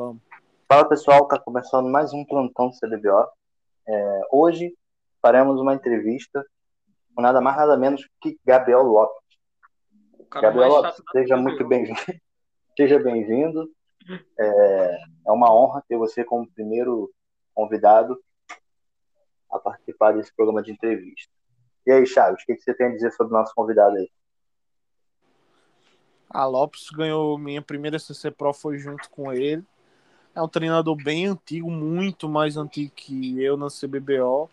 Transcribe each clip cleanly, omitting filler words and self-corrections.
Vamos. Fala pessoal, está começando mais um plantão do CDBO. Hoje faremos uma entrevista com nada mais nada menos que Gabriel Lopes. O cara Gabriel mais Lopes, chato da seja muito CBO. bem-vindo. Seja bem-vindo. É uma honra ter você como primeiro convidado a participar desse programa de entrevista. E aí, Chaves, o que você tem a dizer sobre o nosso convidado aí? A Lopes ganhou minha primeira CC Pro, foi junto com ele. É um treinador bem antigo, muito mais antigo que eu na CBBO.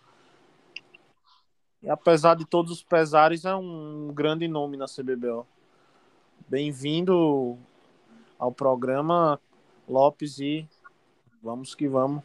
E apesar de todos os pesares, é um grande nome na CBBO. Bem-vindo ao programa, Lopes, e vamos que vamos.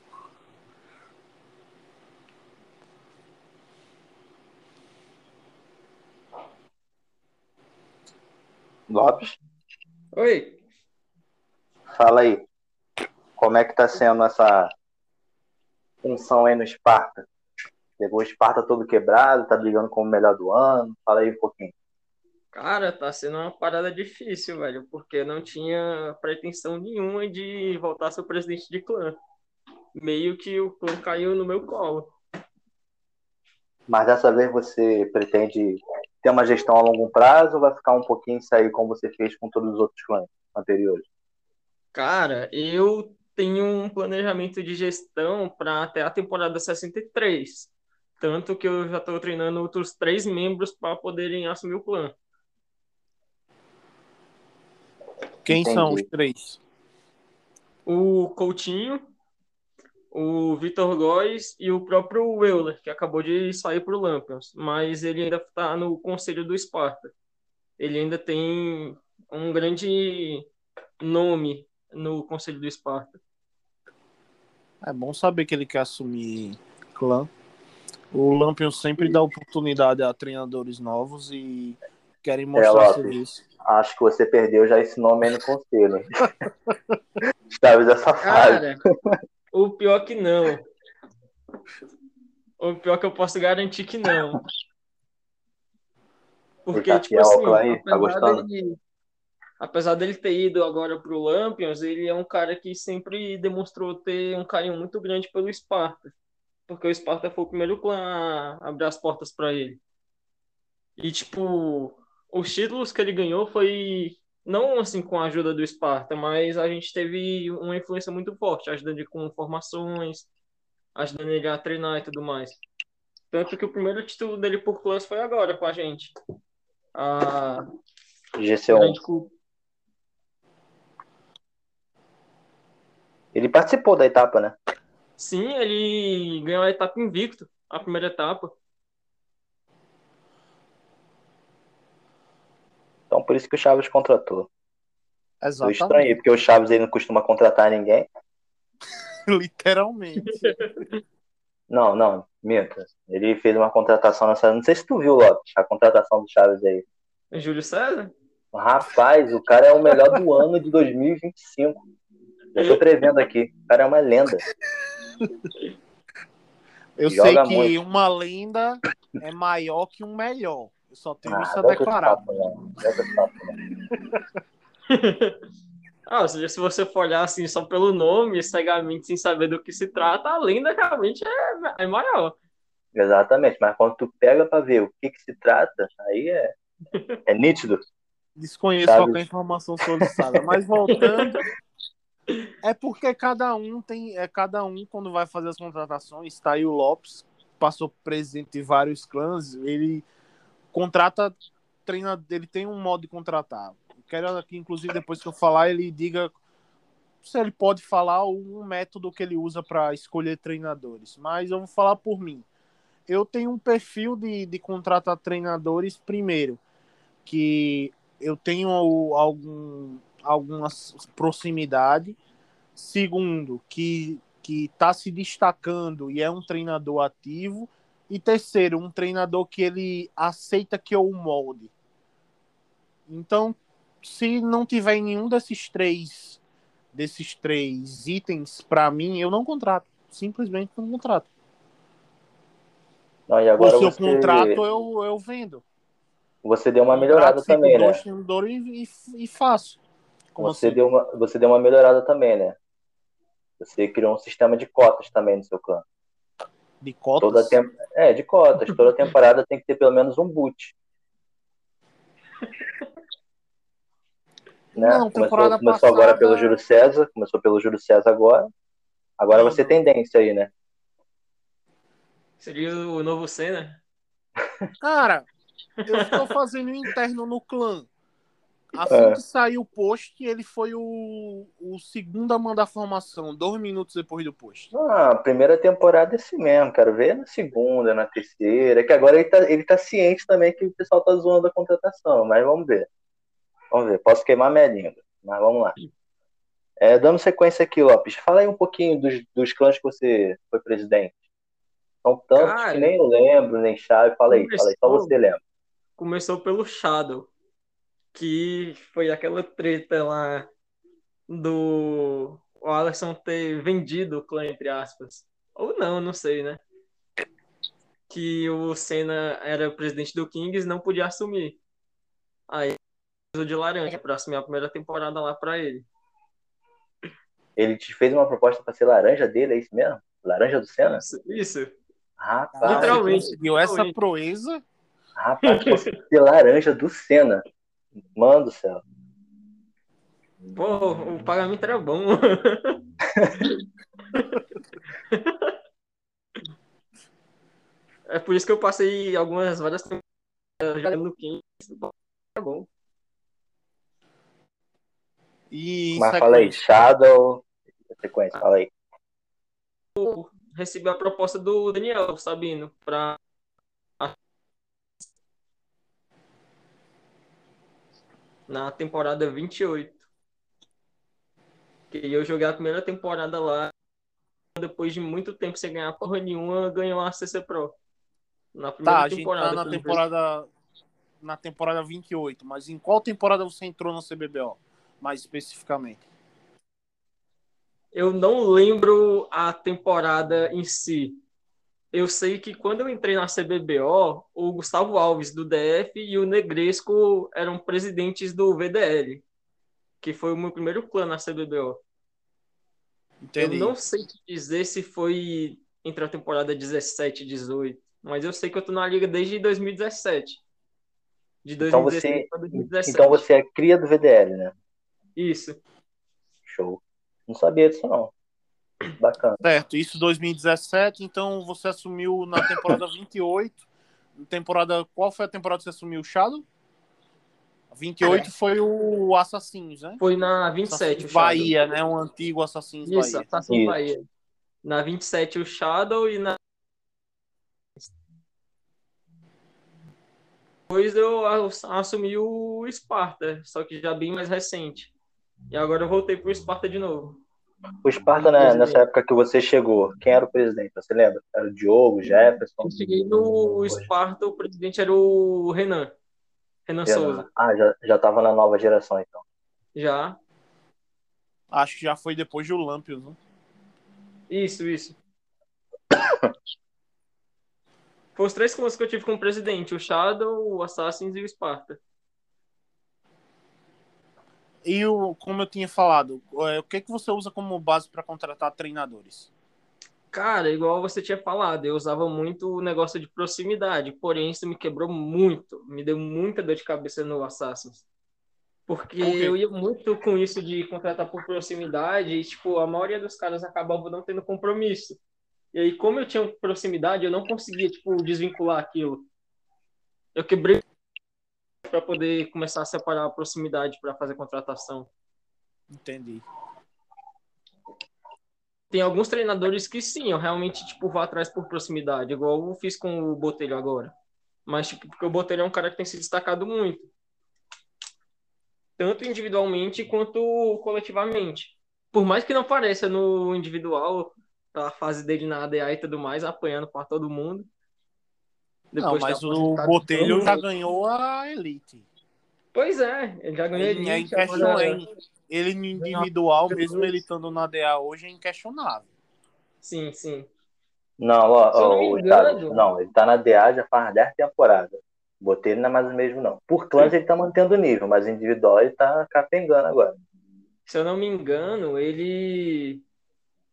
Lopes, Oi. fala aí. Como é que tá sendo essa função aí no Sparta? Pegou o Sparta todo quebrado, tá brigando como o melhor do ano. Fala aí um pouquinho. Cara, tá sendo uma parada difícil, velho, porque não tinha pretensão nenhuma de voltar a ser o presidente de clã. Meio que o clã caiu no meu colo. Mas dessa vez você pretende ter uma gestão a longo prazo ou vai ficar um pouquinho e sair como você fez com todos os outros clãs anteriores? Cara, eu tenho um planejamento de gestão para até a temporada 63. Tanto que eu já tô treinando outros 3 membros para poderem assumir o clã. Quem são os Entendi. 3? O Coutinho, o Vitor Góes e o próprio Euler, que acabou de sair para o Lampions, mas ele ainda está no conselho do Sparta. Ele ainda tem um grande nome no conselho do Sparta. É bom saber que ele quer assumir clã. O Lampion sempre dá oportunidade a treinadores novos e querem mostrar Lopes, serviço. acho que você perdeu já esse nome aí no conselho, hein? Chaves é safado. Cara, o pior que não. O pior que eu posso garantir que não. Ele Porque, tá tipo fiel ao clã assim, aí? Tá gostando? apesar dele ter ido agora pro Lampions, ele é um cara que sempre demonstrou ter um carinho muito grande pelo Sparta. Porque o Sparta foi o primeiro clã a abrir as portas para ele. E, tipo, os títulos que ele ganhou foi não assim com a ajuda do Sparta, mas a gente teve uma influência muito forte, ajudando ele com formações, ajudando ele a treinar e tudo mais. Tanto que o primeiro título dele por clãs foi agora com a gente. A GC1. grande Cup. Ele participou da etapa, né? Sim, ele ganhou a etapa invicto, a primeira etapa. Então por isso que o Chaves contratou. Eu estranhei, Exatamente. porque o Chaves ele não costuma contratar ninguém. Literalmente. Não, minta. Ele fez uma contratação nessa. Não sei se tu viu, Lopes, a contratação do Chaves aí. Júlio César? Rapaz, o cara é o melhor do ano de 2025. Já tô prevendo aqui. O cara é uma lenda. Eu sei Joga que muito. uma lenda é maior que um melhor. Eu só tenho isso a Bota esse declarar. papo, não. Bota esse papo, não. Ou seja, se você for olhar assim só pelo nome, cegamente, sem saber do que se trata, a lenda realmente é maior. Exatamente, mas quando tu pega pra ver o que se trata, aí é nítido. Desconheço qualquer Chaves. informação solicitada. Mas voltando, é porque cada um quando vai fazer as contratações, tá aí o Lopes, passou presidente de vários clãs, ele contrata treinador, ele tem um modo de contratar. Quero que, inclusive, depois que eu falar, ele diga se ele pode falar um método que ele usa para escolher treinadores. Mas eu vou falar por mim. Eu tenho um perfil de contratar treinadores, primeiro, que eu tenho alguma proximidade. Segundo, que está se destacando e é um treinador ativo. E terceiro, um treinador que ele aceita que eu o molde. Então, se não tiver nenhum desses três itens, para mim, eu não contrato. Simplesmente não contrato. Não, e Ou agora se eu contrato, eu vendo. você deu uma Contrato, melhorada fico também, né? 2 treinadores e faço. Como Você assim? deu uma melhorada também, né? Você criou um sistema de cotas também no seu clã. De cotas? De cotas. Toda temporada tem que ter pelo menos um boot. Né? Não, temporada Começou agora pelo passada. Júlio César. Começou pelo Júlio César agora. Agora você tem tendência aí, né? Seria o novo Senna? Cara, eu estou fazendo um interno no clã. Assim que saiu o post, ele foi o segundo a mandar formação, 2 minutos depois do post. A primeira temporada é assim mesmo, quero ver na segunda, na terceira, que agora ele tá ciente também que o pessoal tá zoando a contratação, mas vamos ver. Vamos ver, posso queimar minha língua, mas vamos lá. Dando sequência aqui, Lopes, fala aí um pouquinho dos clãs que você foi presidente. São tantos que Cara, nem eu lembro, nem chave, fala aí, só você lembra. começou pelo Shadow, que foi aquela treta lá do o Alisson ter vendido o clã, entre aspas. Ou não, não sei, né? Que o Senna era o presidente do Kings, não podia assumir. Aí usou de laranja para assumir a primeira temporada lá para ele. Ele te fez uma proposta para ser laranja dele, é isso mesmo? Laranja do Senna? Isso. Rapaz, Literalmente. Conseguiu essa proeza. Rapaz, conseguiu ser laranja do Senna. Mano do céu. Pô, o pagamento era bom. É por isso que eu passei várias temporadas jogando no Kings. Tá bom. E Mas fala aí, Shadow, sequência, fala aí. Recebi a proposta do Daniel Sabino para na temporada 28. Que eu joguei a primeira temporada lá, depois de muito tempo sem ganhar porra nenhuma, ganhou a CC Pro. Na primeira Tá, a gente tá temporada. na temporada 28, mas em qual temporada você entrou no CBBO, mais especificamente? Eu não lembro a temporada em si. Eu sei que quando eu entrei na CBBO, o Gustavo Alves do DF e o Negresco eram presidentes do VDL, que foi o meu primeiro clã na CBBO. Eu Entendi. não sei te dizer se foi entre a temporada 17 e 18, mas eu sei que eu tô na liga desde 2017. De 2016 para 2017. Então você é cria do VDL, né? Isso. Show. Não sabia disso, não. Bacana. Certo, isso 2017, então você assumiu na temporada 28. Qual foi a temporada que você assumiu o Shadow? 28 foi o Assassins, né? Foi na 27 Assassins o Shadow. Bahia, né? Um antigo Assassins Isso, Bahia. Assassins Bahia. Na 27 o Shadow e na depois eu assumi o Sparta, só que já bem mais recente. E agora eu voltei pro Sparta de novo. O Sparta, né, nessa época que você chegou, quem era o presidente? Você lembra? Era o Diogo, Jefferson? Eu cheguei no Sparta, o presidente era o Renan Souza. Já tava na nova geração, então. Já. Acho que já foi depois do Lampions, né? Isso. Foi os 3 clãs que eu tive como presidente: o Shadow, o Assassins e o Sparta. E como eu tinha falado, o que você usa como base para contratar treinadores? Cara, igual você tinha falado, eu usava muito o negócio de proximidade, porém isso me quebrou muito, me deu muita dor de cabeça no Assassins. Porque Por quê? eu ia muito com isso de contratar por proximidade e, tipo, a maioria dos caras acabava não tendo compromisso. E aí, como eu tinha proximidade, eu não conseguia, tipo, desvincular aquilo. Eu quebrei para poder começar a separar a proximidade para fazer contratação. Entendi. Tem alguns treinadores que sim, eu realmente, tipo, vou atrás por proximidade, igual eu fiz com o Botelho agora. Mas, tipo, porque o Botelho é um cara que tem se destacado muito. Tanto individualmente quanto coletivamente. Por mais que não pareça no individual, a fase dele na ADA e tudo mais, apanhando para todo mundo. Não, mas o Botelho já ganhou a Elite. Pois é, ele já ganhou a Elite. Ele no individual, mesmo ele estando na ADA hoje, é inquestionável. Sim. Não, não, ele tá na DA já faz 10 temporadas. Botei ele não é mais o mesmo, não. Por clãs ele tá mantendo o nível, mas individual ele tá capengando agora. Se eu não me engano, ele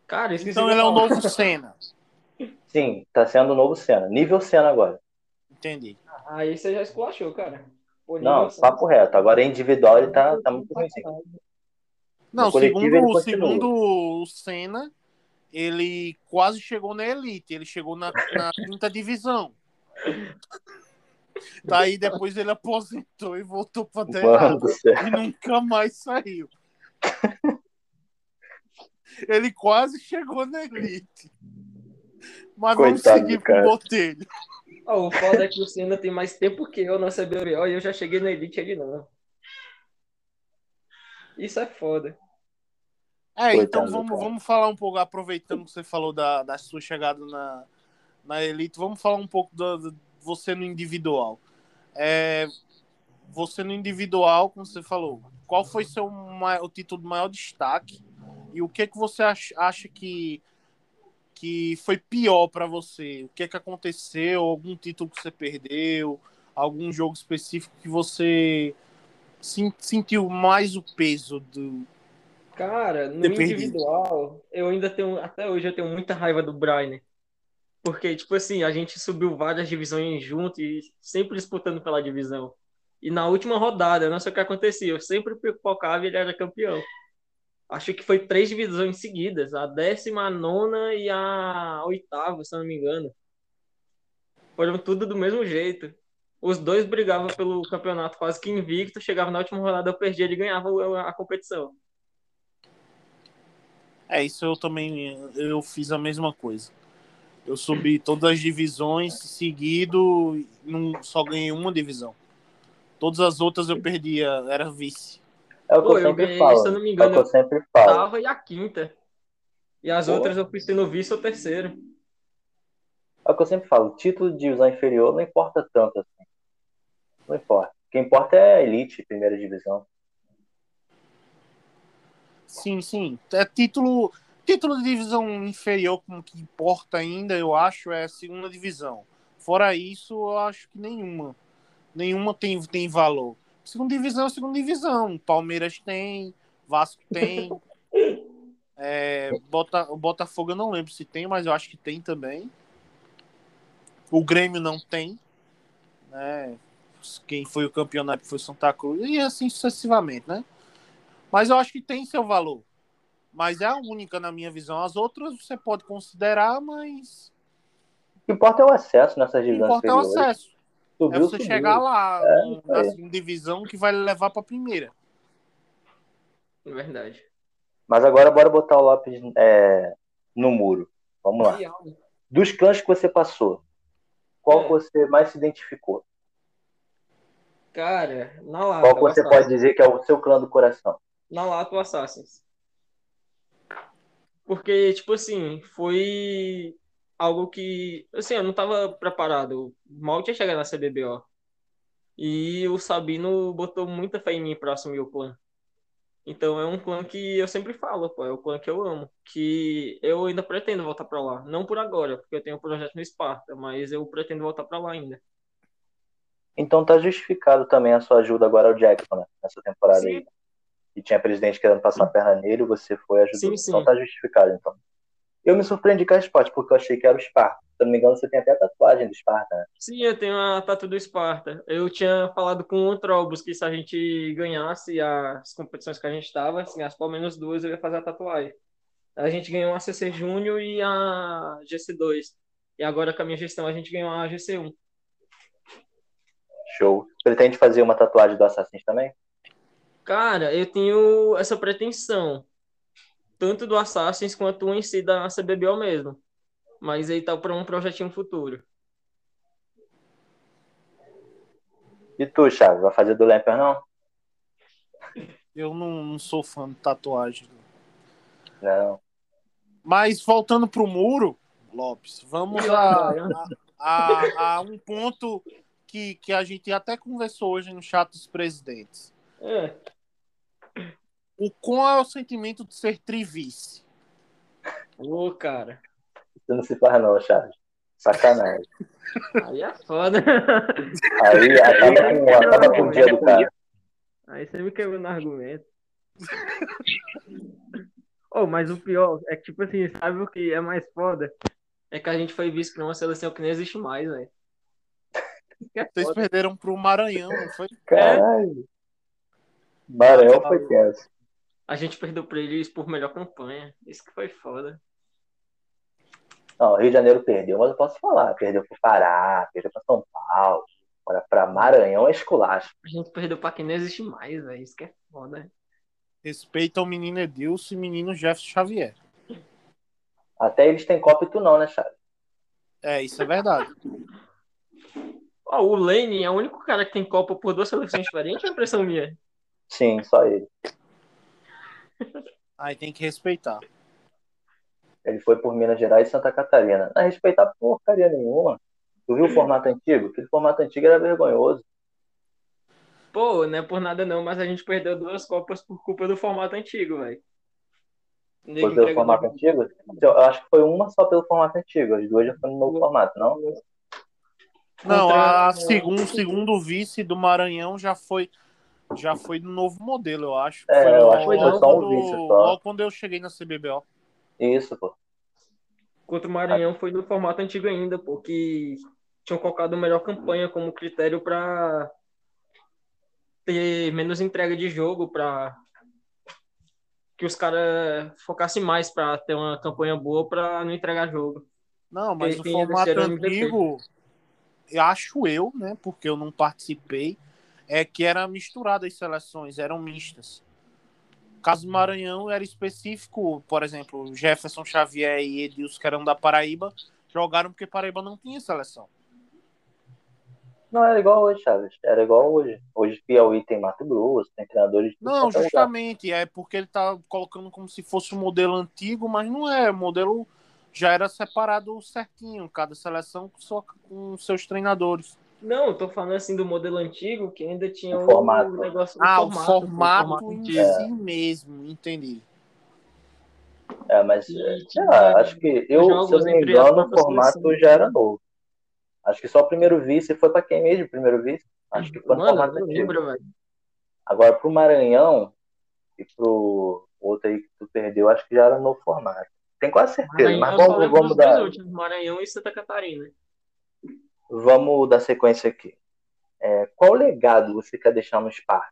Cara, eu esqueci Então de ele é o falar. novo Senna. Sim, tá sendo o novo Senna. Sim, tá sendo o novo Senna. Nível Senna agora. Entendi. Aí você já esculachou, cara. O nível Não, Senna. papo reto. Agora individual ele tá muito ruimzinho. No Não, coletivo ele segundo continua. o Senna, ele quase chegou na elite. Ele chegou na quinta divisão. Daí depois ele aposentou e voltou pra Mano Derrada. do céu. E nunca mais saiu. Ele quase chegou na elite. Mas vamos Coitado do seguir com o cara. Botelho. Ó, o foda é que o Senna tem mais tempo que eu na CBLOL e eu já cheguei na Elite ele não. Isso é foda. Então Coitado do vamos, cara. vamos falar um pouco, aproveitando que você falou da sua chegada na elite, vamos falar um pouco de você no individual. Você no individual, como você falou, qual foi o título de maior destaque e o que você acha que foi pior para você? O que aconteceu? Algum título que você perdeu? Algum jogo específico que você sentiu mais o peso de Cara, no ter perdido? individual, eu ainda tenho, até hoje eu tenho muita raiva do Brainer. Porque, tipo assim, a gente subiu várias divisões junto e sempre disputando pela divisão. E na última rodada, eu não sei o que acontecia, eu sempre pipocava e ele era campeão. Acho que foi 3 divisões seguidas, a 19ª e a 8ª, se eu não me engano. Foram tudo do mesmo jeito. Os dois brigavam pelo campeonato quase que invicto, chegava na última rodada, eu perdia, ele ganhava a competição. Isso eu também eu fiz a mesma coisa. Eu subi todas as divisões seguido, só ganhei uma divisão. Todas as outras eu perdia, era vice. É o que eu Pô, eu sempre ganhei, se eu falo. não me É o engano, que eu eu sempre falo. tava e a quinta. E as Pô, outras eu fui sendo vice ou terceiro. é o que eu sempre falo. Título de divisão inferior não importa tanto assim. Não importa. O que importa é a elite, primeira divisão. Sim, sim. Título de divisão inferior, como que importa ainda, eu acho, é a segunda divisão. Fora isso, eu acho que nenhuma. Nenhuma tem valor. Segunda divisão é segunda divisão. Palmeiras tem, Vasco tem. O Botafogo eu não lembro se tem, mas eu acho que tem também. O Grêmio não tem, né? Quem foi o campeonato foi Santa Cruz, e assim sucessivamente, né? Mas eu acho que tem seu valor. Mas é a única na minha visão. As outras você pode considerar, mas O que importa é o acesso nessas o que divisões importa é o inferiores. acesso. É Subiu, você chegar subiu. lá É isso na aí. segunda divisão que vai levar para a primeira. Na verdade. Mas agora bora botar o lápis no muro. Vamos lá. Real. Dos clãs que você passou, qual que É, você mais se identificou? cara, na Qual que lata, o você pode Assassin. dizer que é o seu clã do coração? Na lata, o Assassins. Porque, tipo assim, foi algo que, assim, eu não tava preparado. Mal tinha chegado na CBBO. E o Sabino botou muita fé em mim pra assumir o clã. Então é um clã que eu sempre falo, pô, é o clã que eu amo. Que eu ainda pretendo voltar pra lá. Não por agora, porque eu tenho um projeto no Esparta, mas eu pretendo voltar pra lá ainda. Então tá justificado também a sua ajuda agora ao Jackson, né? Nessa temporada Sim, aí. E tinha presidente querendo passar a perna nele, você foi e sim, ajudou. Então sim. tá justificado, então. Eu me surpreendi com a resposta, porque eu achei que era o Sparta. Se eu não me engano, você tem até a tatuagem do Sparta, né? Sim, eu tenho a tatu do Esparta. Eu tinha falado com o Trobus que se a gente ganhasse as competições que a gente estava, se ganhasse pelo menos duas, eu ia fazer a tatuagem. A gente ganhou a CC Júnior e a GC2. E agora com a minha gestão a gente ganhou a GC1. Show. Pretende fazer uma tatuagem do Assassin's também? Cara, eu tenho essa pretensão, tanto do Assassins quanto em si da CBBO mesmo. Mas aí tá para um projetinho futuro. E tu, Thiago, vai fazer do Lamper, não? Eu não sou fã de tatuagem. Não. Mas voltando pro muro, Lopes, vamos E ó, Brian. a um ponto que a gente até conversou hoje no chat dos presidentes. É. Qual é o sentimento de ser trivice? Ô, cara. Você não se faz não, Charles. Sacanagem. Aí é foda. Aí acaba com o dia do cara. Aí você me quebrou no argumento. Oh, mas o pior é que, tipo assim, sabe o que é mais foda? É que a gente foi visto pra uma seleção que nem existe mais, velho. Que é Vocês foda. perderam pro Maranhão, não foi? É, Caralho, Maranhão Naquela. foi tenso. a gente perdeu pra eles por melhor campanha. Isso que foi foda. Não, Rio de Janeiro perdeu, mas eu posso falar. Perdeu pro Pará, perdeu pra São Paulo. Agora pra Maranhão é esculacho. A gente perdeu pra quem não existe mais, velho. Isso que é foda. Respeita o menino Edilson e o menino Jefferson Xavier. Até eles têm Copa e tu não, né, Chaves? É, isso é verdade. Ó, o Lane é o único cara que tem Copa por duas seleções diferentes, é impressão minha. Sim, só ele. Aí tem que respeitar. Ele foi por Minas Gerais e Santa Catarina. Não é respeitar porcaria nenhuma. Tu viu o formato antigo? Aquele formato antigo era vergonhoso. Pô, não é por nada não, mas a gente perdeu duas Copas por culpa do formato antigo, velho. Foi Nego pelo entregando formato antigo? Eu acho que foi uma só pelo formato antigo. As duas já foram no novo formato, não? Não, contra. o segundo vice do Maranhão já foi no novo modelo, eu acho. Foi É, eu acho que Foi foi não, só logo um vice só. logo quando eu cheguei na CBBO. Isso, pô. contra o Maranhão foi no formato antigo ainda, porque tinham colocado a melhor campanha como critério pra ter menos entrega de jogo, pra que os caras focassem mais pra ter uma campanha boa pra não entregar jogo. Não, mas Porque o quem ia descer formato era o MVP. antigo, acho eu, né, porque eu não participei, é que era misturado as seleções, eram mistas. Caso do Maranhão era específico, por exemplo, Jefferson Xavier e Edilson, que eram da Paraíba, jogaram porque Paraíba não tinha seleção. Não, era igual hoje, Chaves. Era igual hoje. Hoje Piauí tem Mato Grosso, tem treinadores de tudo Não, quanto é lugar. justamente, é porque ele tá colocando como se fosse um modelo antigo, mas não é, o modelo já era separado certinho, cada seleção com seus treinadores. Não, eu tô falando assim do modelo antigo, que ainda tinha O o formato. negócio, o Ah, o formato, pô, o formato formato em antigo. si mesmo, entendi. É, mas, E sei lá, tinha acho que os eu, se eu jogos não me entre as engano, o próprias formato seleções, já era né? novo. Acho que só o primeiro vice foi para quem mesmo, o primeiro vice? Acho que foi no Mano, eu formato não antigo. lembro, velho. Agora, pro Maranhão e pro outro aí que tu perdeu, acho que já era no novo formato. Tenho quase certeza, Maranhão, mas eu só vamos, lembro vamos dos dois dar, últimos, Maranhão e Santa Catarina. vamos dar sequência aqui. Qual legado você quer deixar no Sparta?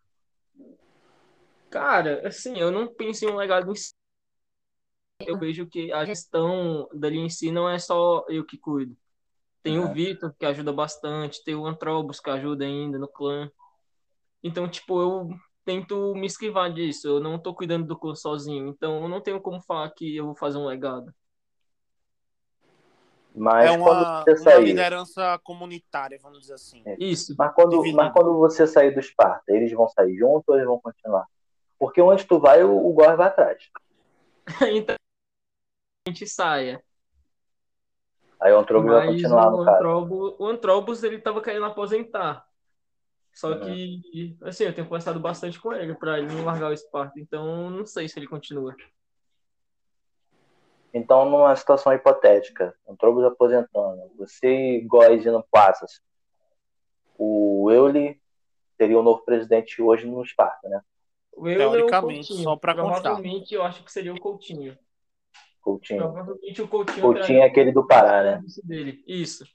Cara, assim, eu não penso em um legado em si. Eu vejo que a gestão dali em si não é só eu que cuido. Tem o Uhum. Vitor, que ajuda bastante, tem o Antrobos, que ajuda ainda no clã. Então, tipo, eu tento me esquivar disso. Eu não tô cuidando do clã sozinho. Então, eu não tenho como falar que eu vou fazer um legado. É Mas quando uma, você uma sair, liderança comunitária, vamos dizer assim, Isso. mas dividida. quando você sair do Sparta, eles vão sair juntos ou eles vão continuar? Porque onde tu vai, o Góis vai atrás. Então, a gente saia. Aí o Antrogo vai Mas continuar, no caso. O Antrobos, ele tava querendo aposentar. Só Uhum. que, assim, eu tenho conversado bastante com ele pra ele não largar o Sparta. Então, não sei se ele continua. Então, numa situação hipotética, o Antrogo aposentando, você e Góis indo passas, o Euler seria o novo presidente hoje no Sparta, né? O Euler ou o Teoricamente, só Coutinho? para constar. Provavelmente, eu acho que seria o Coutinho. Coutinho. Provavelmente o Coutinho Coutinho traria é o aquele do Pará, né? vice dele. Isso.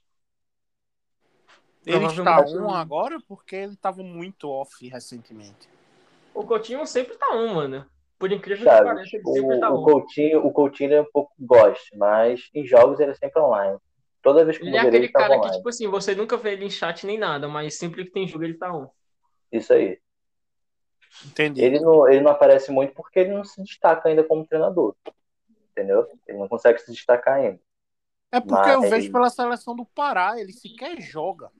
Ele está Provavelmente on agora porque ele estava muito off recentemente. o Coutinho sempre tá um, mano. Por incrível que Chaves, pareça, ele sempre tá um. O Coutinho é um pouco goste, mas em jogos ele é sempre online. Toda vez que eu Ele é vou ver ele, aquele ele tava cara que, online. tipo assim, você nunca vê ele em chat nem nada, mas sempre que tem jogo ele tá um. Isso aí. Entendi. Ele não aparece muito porque ele não se destaca ainda como treinador. Entendeu? Ele não consegue se destacar ainda. É porque Mas eu vejo pela seleção do Pará, ele sequer joga.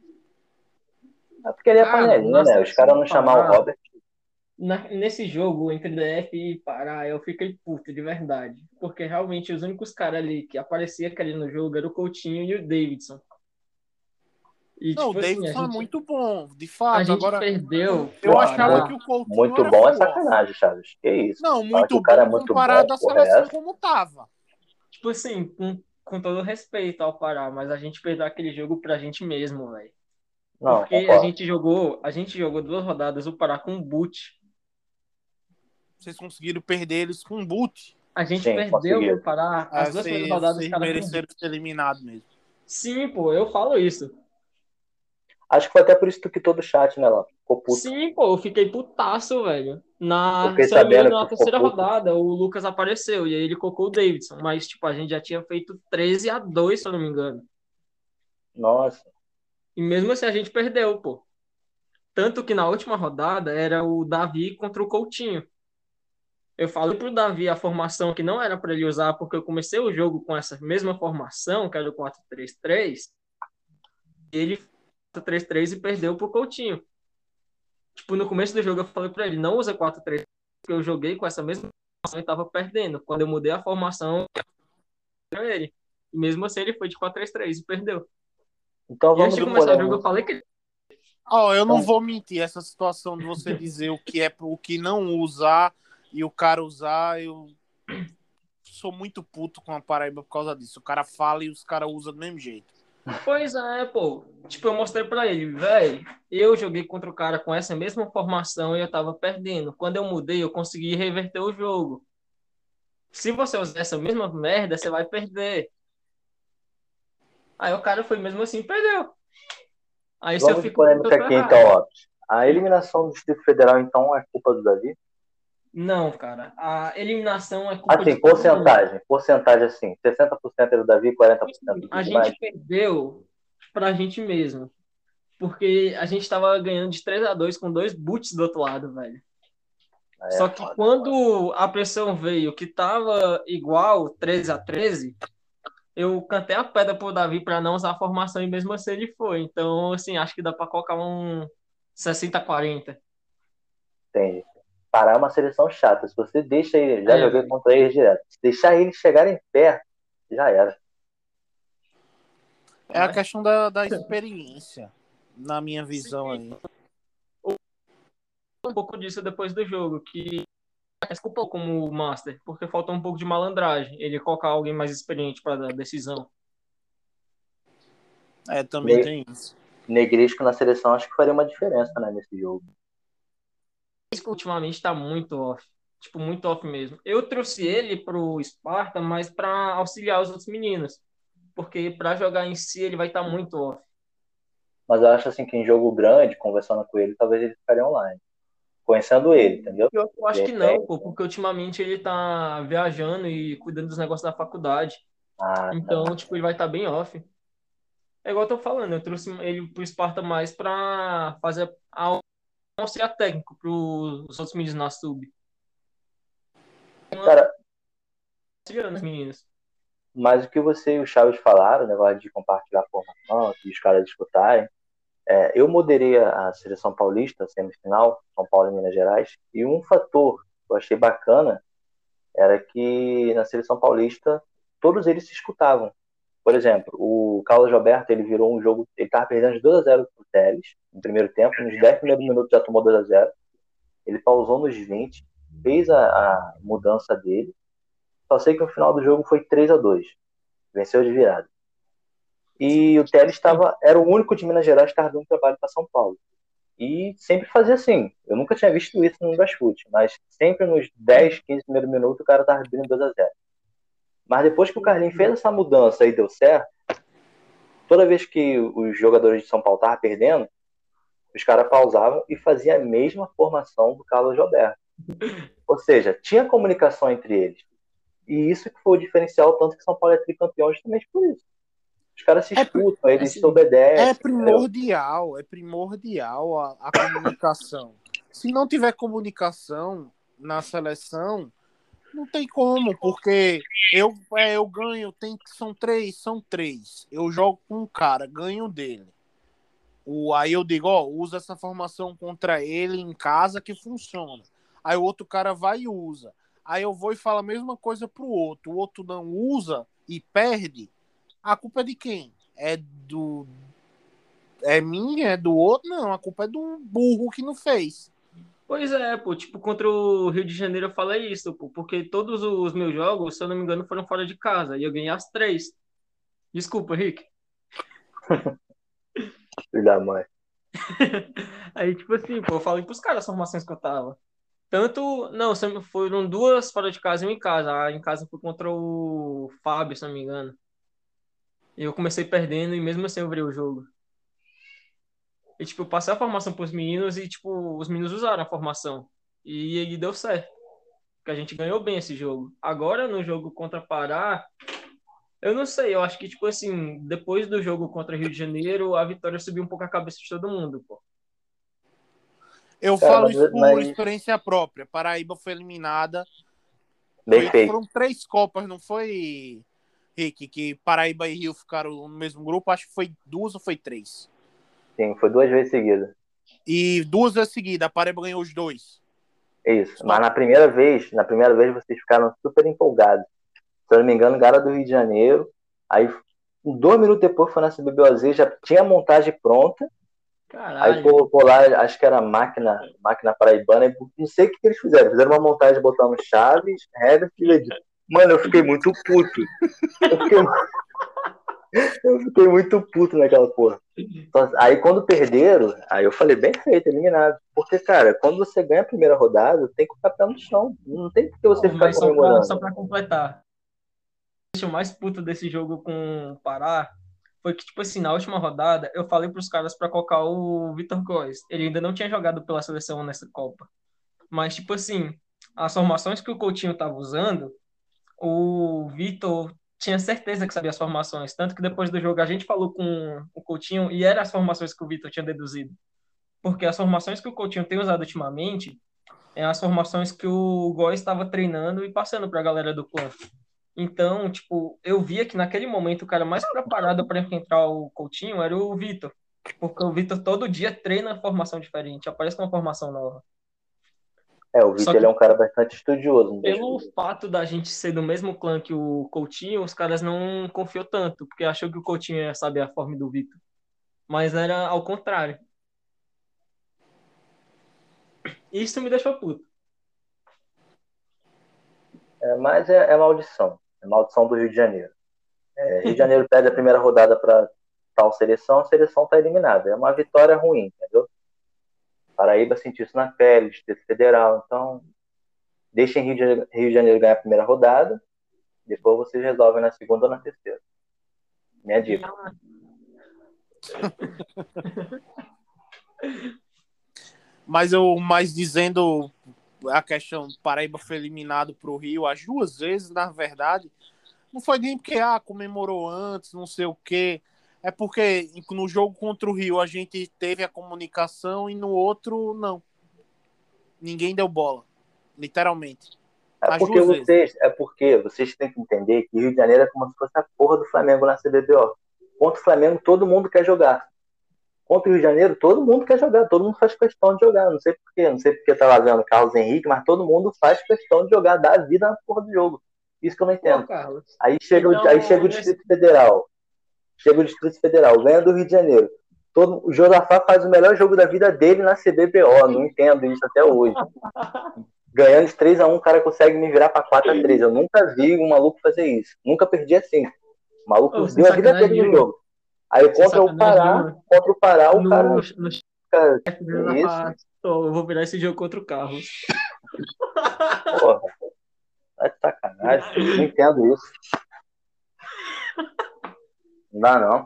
é porque ele é Cara, panelinha, na né? Os seleção caras do não chamar o Pará, Robert. nesse jogo entre DF e Pará, eu fiquei puto de verdade. Porque realmente os únicos caras ali que apareciam ali no jogo eram o Coutinho e o Davidson. E Não, o tipo assim, Davidson é muito bom, de a fato. gente Agora, perdeu eu pro Não, achava Pará. que o Coutinho muito era bom é full off. sacanagem, Chaves. Que isso? Não, Fala que muito o cara é bom muito comparado bom, à porra, é seleção essa? como tava. Tipo assim, com todo respeito ao Pará, mas a gente perdeu aquele jogo pra gente mesmo, velho. Não, Porque concordo. a gente jogou 2 rodadas o Pará com o Boot. Vocês conseguiram perder eles com um boot. A gente Sim, perdeu conseguiu. pro Pará as duas primeiras rodadas, Vocês cara. mereceram ser eliminados mesmo. Sim, pô, eu falo isso. Acho que foi até por isso que tu quitou do chat, né, Léo? Ficou puto. Sim, pô, eu fiquei putaço, velho. Eu fiquei Se eu não me engano, sabendo na que tu ficou terceira puto. rodada, o Lucas apareceu e aí ele colocou o Davidson. Mas, tipo, a gente já tinha feito 13-2, se eu não me engano. Nossa. E mesmo assim a gente perdeu, pô. Tanto que na última rodada era o Davi contra o Coutinho. Eu falei pro Davi a formação que não era para ele usar, porque eu comecei o jogo com essa mesma formação, que era o 4-3-3. Ele 4-3-3 e perdeu pro Coutinho. Tipo, no começo do jogo eu falei para ele, não usa 4-3, porque eu joguei com essa mesma formação e tava perdendo. Quando eu mudei a formação, eu ele. E mesmo assim ele foi de 4-3-3 e perdeu. Então E antes vamos de de começar o jogo polêmica. eu falei que Eu não Então, vou mentir, essa situação de você dizer o que é o que não usar e o cara usar, eu sou muito puto com a Paraíba por causa disso. O cara fala e os caras usam do mesmo jeito. pois é, pô. Tipo, eu mostrei pra ele, velho. Eu joguei contra o cara com essa mesma formação e eu tava perdendo. Quando eu mudei, eu consegui reverter o jogo. Se você usar essa mesma merda, você vai perder. Aí o cara foi mesmo assim, e perdeu. Aí se eu vamos de fico, eu polêmica tô aqui, então, errado. ó. A eliminação do Distrito Federal, então, é culpa do Davi? Não, cara. A eliminação é culpa de Assim, todo mundo. porcentagem assim, 60% é do Davi, 40% A dos gente demais. perdeu pra gente mesmo. Porque a gente tava ganhando de 3-2 com dois boots do outro lado, velho. Aí é Só que foda. quando a pressão veio que tava igual 13-13, eu cantei a pedra pro Davi para não usar a formação e mesmo assim ele foi. Então, assim, acho que dá para colocar um 60-40. Entende? Pará é uma seleção chata. Se você deixa ele, já É, joguei velho. contra eles direto. Se deixar eles chegarem perto, já era. É a Mas, questão da experiência, na minha visão sim, aí. um pouco disso depois do jogo, que desculpa como Master, porque faltou um pouco de malandragem. Ele colocar alguém mais experiente para dar decisão. É, também Ne- tem isso. Negresco na seleção acho que faria uma diferença, né, nesse jogo. Isso ultimamente tá muito off. Tipo, muito off mesmo. Eu trouxe ele pro Sparta, mas para auxiliar os outros meninos. Porque para jogar em si ele vai estar muito off. Mas eu acho assim que em jogo grande, conversando com ele, talvez ele ficaria online. Conhecendo ele, entendeu? Eu De acho que não, repente. pô, porque ultimamente ele tá viajando e cuidando dos negócios da faculdade. Ah, Então, tá. tipo, ele vai estar bem off. É igual eu tô falando, eu trouxe ele pro Sparta mais pra fazer auxiliar técnico pros outros meninos na sub. Cara, Auxiliando os meninos. mas o que você e o Chaves falaram, o negócio de compartilhar a formação, que os caras disputarem, eu moderaria a seleção paulista, semifinal, São Paulo e Minas Gerais, e um fator que eu achei bacana era que na seleção paulista todos eles se escutavam. Por exemplo, o Carlos Alberto, ele virou um jogo, ele estava perdendo de 2-0 pro Telles no primeiro tempo, nos 10 primeiros minutos já tomou 2-0, ele pausou nos 20, fez a mudança dele, só sei que no final do jogo foi 3-2, venceu de virada. E o Telles era o único de Minas Gerais que estava dando trabalho para São Paulo. E sempre fazia assim. Eu nunca tinha visto isso no Brasfoot, mas sempre nos 10, 15 primeiros minutos o cara tava abrindo 2-0. Mas depois que o Carlinhos fez essa mudança e deu certo, toda vez que os jogadores de São Paulo estavam perdendo, os caras pausavam e faziam a mesma formação do Carlos Roberto. Ou seja, tinha comunicação entre eles. E isso que foi o diferencial, tanto que São Paulo é tricampeão justamente por isso. Os caras se É, escutam, eles se Assim, é obedecem, entendeu? primordial a comunicação. Se não tiver comunicação na seleção, não tem como, porque eu ganho, são três. Eu jogo com um cara, ganho dele. Aí eu digo, usa essa formação contra ele em casa que funciona. Aí o outro cara vai e usa. Aí eu vou e falo a mesma coisa pro outro. O outro não usa e perde. A culpa é de quem? É minha? É do outro? Não, a culpa é do burro que não fez. pois é, pô, tipo, contra o Rio de Janeiro eu falei isso, pô, porque todos os meus jogos, se eu não me engano, foram fora de casa, e eu ganhei as três. Desculpa, Rick. Filho da mãe. Aí, tipo assim, pô, eu falei pros caras as formações que eu tava. Tanto, não, foram duas fora de casa e uma em casa. A em casa foi contra o Fábio, se não me engano. E eu comecei perdendo e mesmo assim eu virei o jogo. E, tipo, eu passei a formação pros meninos e, tipo, os meninos usaram a formação. E aí deu certo. Porque a gente ganhou bem esse jogo. Agora, no jogo contra Pará, eu não sei. Eu acho que, tipo assim, depois do jogo contra Rio de Janeiro, a vitória subiu um pouco a cabeça de todo mundo, pô. Eu Cara, falo isso por mas experiência própria. Paraíba foi eliminada. bem feito. Foram 3 Copas, não foi, Rick? Que Paraíba e Rio ficaram no mesmo grupo. Acho que foi 2 ou foi 3. Sim, foi 2 vezes seguida. E 2 vezes seguida, a Paraíba ganhou os 2. É isso. Mas Só- na primeira vez vocês ficaram super empolgados. Se eu não me engano, era do Rio de Janeiro. Aí, 2 minutos depois foi na CBBOZ, já tinha a montagem pronta. Aí Caralho. colocou lá, acho que era máquina paraibana. E não sei o que eles fizeram. Fizeram uma montagem botando Chaves, Herbert e Edith. Mano, eu fiquei muito puto. Eu fiquei, eu fiquei muito puto naquela porra. Aí quando perderam, aí eu falei, bem feito, eliminado. Porque, cara, quando você ganha a primeira rodada, tem que ficar pé no chão. Não tem por que você Não, ficar mas só comemorando. pra completar. O mais puto desse jogo com o Pará foi que, tipo assim, na última rodada, eu falei pros caras pra colocar o Vitor Góes. Ele ainda não tinha jogado pela seleção nessa Copa. Mas, tipo assim, as formações que o Coutinho tava usando, o Vitor tinha certeza que sabia as formações. Tanto que depois do jogo a gente falou com o Coutinho e eram as formações que o Vitor tinha deduzido. Porque as formações que o Coutinho tem usado ultimamente é as formações que o Góes estava treinando e passando pra galera do clã. Então, tipo, eu via que naquele momento o cara mais preparado para enfrentar o Coutinho era o Vitor. Porque o Vitor todo dia treina formação diferente, aparece uma formação nova. É, o Só Vitor ele que é um cara bastante estudioso das pelo coisas. fato da gente ser do mesmo clã que o Coutinho, os caras não confiou tanto, porque achou que o Coutinho ia saber a forma do Vitor. Mas era ao contrário. Isso me deixou puto. Mas é maldição. É maldição do Rio de Janeiro. Rio de Janeiro perde a primeira rodada para tal seleção, a seleção está eliminada. É uma vitória ruim, entendeu? Paraíba sentiu isso na pele, Distrito Federal. Então, deixem Rio de Janeiro ganhar a primeira rodada, depois vocês resolvem na segunda ou na terceira. Minha dica. mas dizendo a questão, Paraíba foi eliminado pro Rio as 2 vezes, na verdade. Não foi nem porque comemorou antes, não sei o quê. É porque no jogo contra o Rio a gente teve a comunicação e no outro não. Ninguém deu bola. Literalmente. As 2 vezes. É porque vocês têm que entender que Rio de Janeiro é como se fosse a porra do Flamengo na CBBO. Contra o Flamengo, todo mundo quer jogar. Contra o Rio de Janeiro, todo mundo quer jogar, todo mundo faz questão de jogar. Não sei porque tá lá vendo Carlos Henrique, mas todo mundo faz questão de jogar, dar a vida na porra do jogo. Isso que eu não Pô, entendo. Carlos. Aí chega Então, o Distrito Federal. Chega o Distrito Federal, ganha do Rio de Janeiro. O Josafá faz o melhor jogo da vida dele na CBBO. Não entendo isso até hoje. Ganhando de 3-1, o cara consegue me virar para 4-3. Eu nunca vi um maluco fazer isso. Nunca perdi assim. O maluco ô, sem deu a vida sacanagem dele no nenhuma. jogo. Aí Sem sacanagem nenhuma. contra o Pará, o No, cara, no cara, chefe que dele isso? fala, "Tô, eu vou virar esse jogo contra o Carlos." Porra, tá de sacanagem. Não entendo isso. Não dá, não.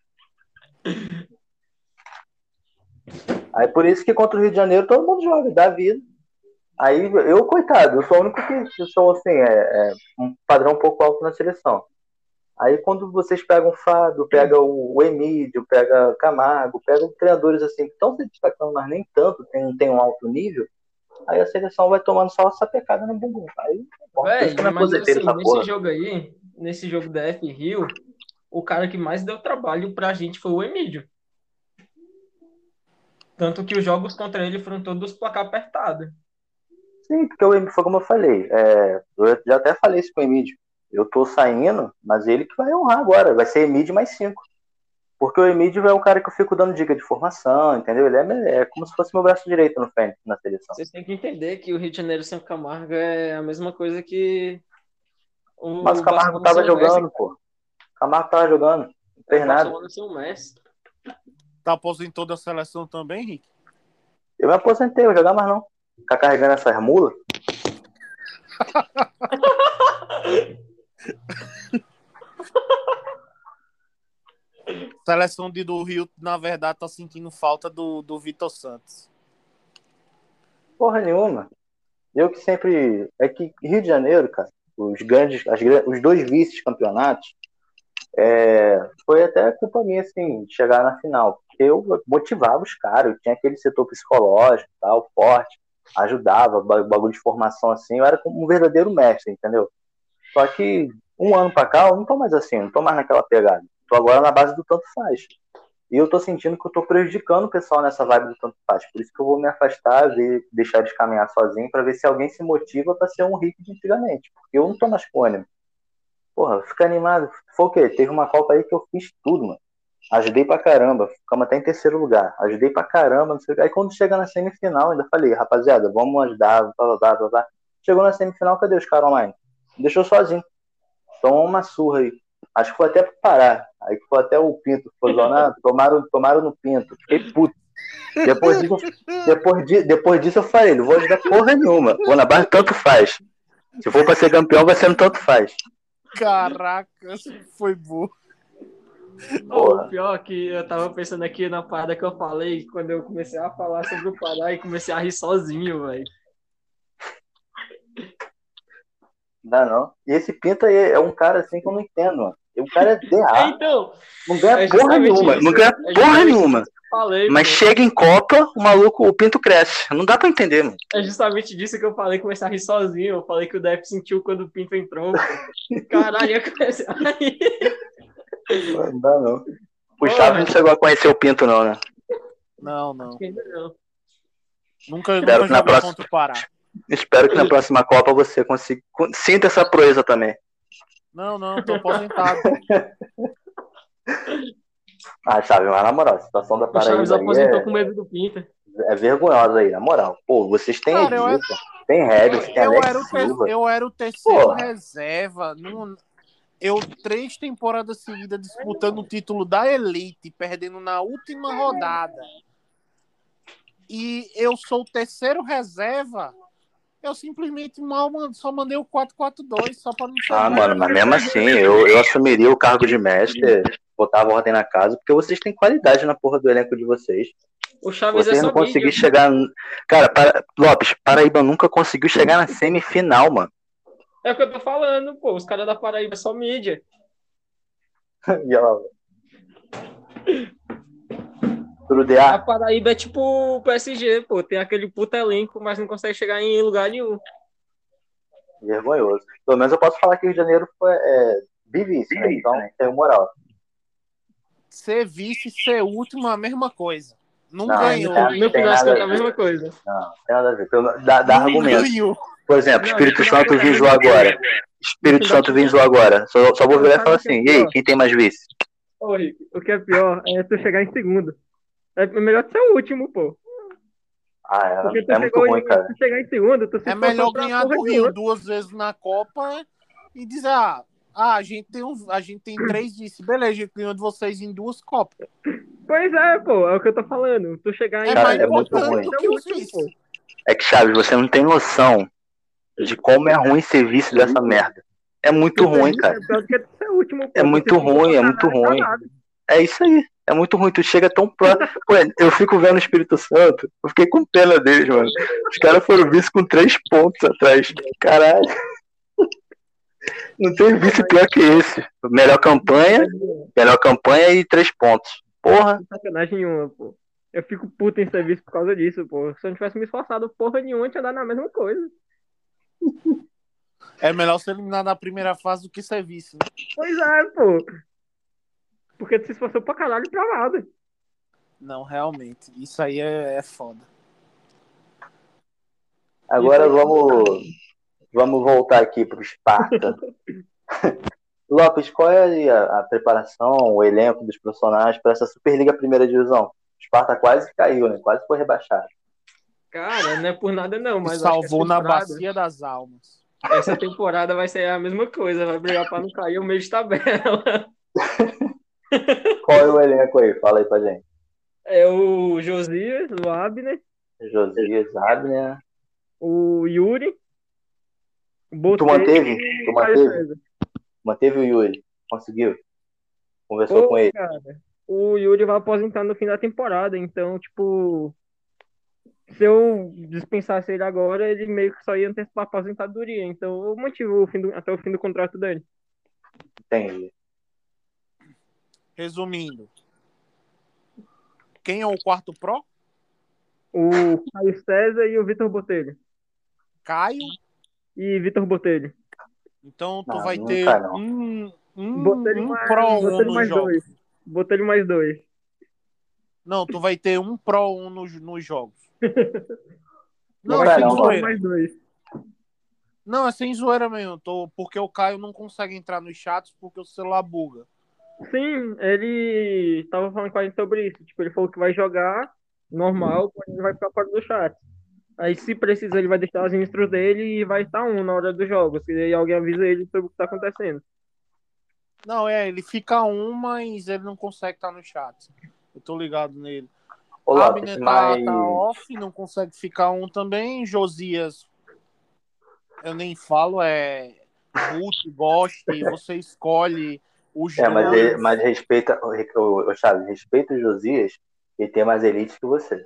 Aí por isso que contra o Rio de Janeiro todo mundo joga, dá vida. Aí eu, coitado, eu sou o único que sou assim, um padrão um pouco alto na seleção. Aí quando vocês pegam o Fábio, pega o Emílio, pega Camargo, pegam treinadores assim que estão se destacando, mas nem tanto, tem um alto nível, aí a seleção vai tomando só essa pecada no bumbum. Aí, bom, por isso que eu Véi, me mas aposentei assim, dessa nesse porra. jogo aí, nesse jogo da F Rio, o cara que mais deu trabalho pra gente foi o Emílio. Tanto que os jogos contra ele foram todos placar apertado. Sim, porque o Emílio, foi como eu falei, eu já até falei isso com o Emílio. Eu tô saindo, mas ele que vai honrar agora, vai ser Emílio mais 5. Porque o Emílio é um cara que eu fico dando dica de formação, entendeu? Ele é como se fosse meu braço direito no frente, na seleção. Vocês têm que entender que o Rio de Janeiro sem o Camargo é a mesma coisa que Mas o o Camargo Barcelona sem tava o Messi, jogando, pô. O Camargo tava jogando, não é o fez nada. Barcelona sem o Messi. Tá aposentou da seleção também, Henrique? Eu me aposentei, eu vou jogar mais não. Ficar carregando essas mulas? Seleção do Rio, na verdade, tá sentindo falta do Vitor Santos. Porra nenhuma. Eu que sempre. É que Rio de Janeiro, cara, os dois vice-campeonatos, foi até culpa minha, assim, de chegar na final. Porque eu motivava os caras, eu tinha aquele setor psicológico, tal, forte, ajudava, bagulho de formação assim, eu era como um verdadeiro mestre, entendeu? Só que um ano pra cá, eu não tô mais assim, não tô mais naquela pegada. Tô agora na base do tanto faz. E eu tô sentindo que eu tô prejudicando o pessoal nessa vibe do tanto faz. Por isso que eu vou me afastar, deixar de caminhar sozinho, pra ver se alguém se motiva pra ser um Rick de antigamente. Porque eu não tô mais com ânimo. Porra, fica animado. Foi o quê? Teve uma Copa aí que eu fiz tudo, mano. Ajudei pra caramba. Ficamos até em terceiro lugar. Ajudei pra caramba, não sei o quê. Aí quando chega na semifinal, ainda falei, rapaziada, vamos ajudar, blá, blá, blá, blá, blá. Chegou na semifinal, cadê os caras online? Me deixou sozinho. Tomou uma surra aí. Acho que foi até pro Pará. Aí foi até o Pinto. Foi zonado, tomaram no Pinto. Fiquei puto. Depois disso eu falei, não vou ajudar porra nenhuma. Vou na base, tanto faz. Se for pra ser campeão, vai ser no tanto faz. Caraca, foi bom. O pior que eu tava pensando aqui na parada que eu falei, quando eu comecei a falar sobre o Pará e comecei a rir sozinho, velho. Não dá não. E esse Pinto aí é um cara assim que eu não entendo, mano. O cara é DA. Então, Não ganha porra nenhuma. Não ganha porra nenhuma. Falei, mas chega em Copa, o maluco, o Pinto cresce. Não dá pra entender, mano. É justamente disso que eu falei, comecei a rir sozinho. Eu falei que o Def sentiu quando o Pinto entrou. Caralho, eu comecei a rir. Não dá não. O Chaves não chegou a conhecer o Pinto não, né? Não. Ainda não. Nunca jogou contra o Pará. Espero que na próxima Copa você consiga. Sinta essa proeza também. Não, tô aposentado. Chaves, mas na moral, a situação da Paraíba. O Chaves aposentou com medo do Pinto. É vergonhosa aí, na moral. Pô, vocês têm Edilson, tem Regis, tem Alex Silva. Eu era o terceiro reserva. Eu 3 temporadas seguidas disputando o título da Elite, perdendo na última rodada. E eu sou o terceiro reserva. Eu simplesmente só mandei o 4-4-2, só pra não ser. Mano, mas mesmo assim, eu assumiria o cargo de mestre, botava ordem na casa, porque vocês têm qualidade na porra do elenco de vocês. O Chaves vocês não conseguiram chegar. Cara, Lopes, Paraíba nunca conseguiu chegar na semifinal, mano. É o que eu tô falando, pô. Os caras da Paraíba são mídia. E ela... A Paraíba é tipo o PSG, pô. Tem aquele puta elenco, mas não consegue chegar em lugar nenhum. Vergonhoso. Pelo menos eu posso falar que o Rio de Janeiro foi bivice, né? Então tem moral. Ser vice, ser último, a mesma coisa. Não ganhou. No final é a mesma coisa. Não, tem nada a ver. Dá argumento. Ganhou. Por exemplo, Espírito Santo visou agora. Espírito Santo visou agora. Só vou virar e falar assim, e aí, quem tem mais vice? Ô, Rick, o que é pior é tu chegar em segundo. É melhor ser o último, pô. É muito ruim, cara. Se chegar em segundo, tu se é melhor ganhar do Rio 2 vezes na Copa e dizer, a gente tem 3 vice. Beleza, a gente ganhou de vocês em 2 Copas. Pois é, pô, é o que eu tô falando. Tu chegar em... Cara, é muito ruim. Do que os vice. É que, Chaves, você não tem noção de como é ruim ser vice dessa merda. É muito ruim, cara. É muito ruim, é muito ruim. É isso aí. É muito ruim, tu chega tão próximo. Pô, eu fico vendo o Espírito Santo, eu fiquei com pena deles, mano. Os caras foram vice com 3 pontos atrás. Caralho. Não tem vice pior que esse. Melhor campanha e 3 pontos. Porra. Não sacanagem nenhuma, pô. Eu fico puto em serviço por causa disso, pô. Se eu não tivesse me esforçado porra nenhuma, eu tinha dado na mesma coisa. É melhor ser eliminado na primeira fase do que ser vice, né? Pois é, pô. Porque tu se esforçou pra caralho pra nada. Não, realmente. Isso aí é foda. Agora vamos voltar aqui pro Sparta. Lopes, qual é a preparação, o elenco dos personagens para essa Superliga Primeira Divisão? O Sparta quase caiu, né? Quase foi rebaixado. Cara, não é por nada não, mas salvou na bacia das almas. Essa temporada vai ser a mesma coisa, vai brigar para não cair o meio de tabela. Qual é o elenco aí? Fala aí pra gente. É o Josias, o Abner. Josias, Abner. o Yuri, o Tu Botelho manteve? e Tu o Caio manteve? César. Manteve o Yuri? Conseguiu? Conversou com Pô, ele? cara, o Yuri vai aposentar no fim da temporada, então, tipo, se eu dispensasse ele agora, ele meio que só ia antecipar a aposentadoria. Então, eu mantive até o fim do contrato dele. Entendi. Resumindo, quem é o quarto Pro? O Caio César e o Vitor Botelho. Caio. E Vitor Botelho. Então tu Não, vai não ter cai não. um Pro 1 Botelho nos mais jogos. dois. Botelho mais dois. Não, tu vai ter um Pro 1 nos jogos. Não Não, é cai sem não, Botelho zoeira. mano. mais dois. Não, é sem zoeira mesmo. Porque o Caio não consegue entrar nos chats porque o celular buga. Sim, ele tava falando com a gente sobre isso. Tipo, ele falou que vai jogar normal, porém ele vai ficar fora do chat. Aí, se precisa, ele vai deixar as intros dele e vai estar na hora dos jogos. E aí alguém avisa ele sobre o que tá acontecendo. Não, ele fica mas ele não consegue estar no chat. Eu tô ligado nele. Ô, Lopes, Abner mas... tá off, não consegue ficar também. Josias, eu nem falo, boot, goste, você escolhe os dois. Mas respeita... Ô, Chaves, respeita o Josias, ele tem mais elite que você.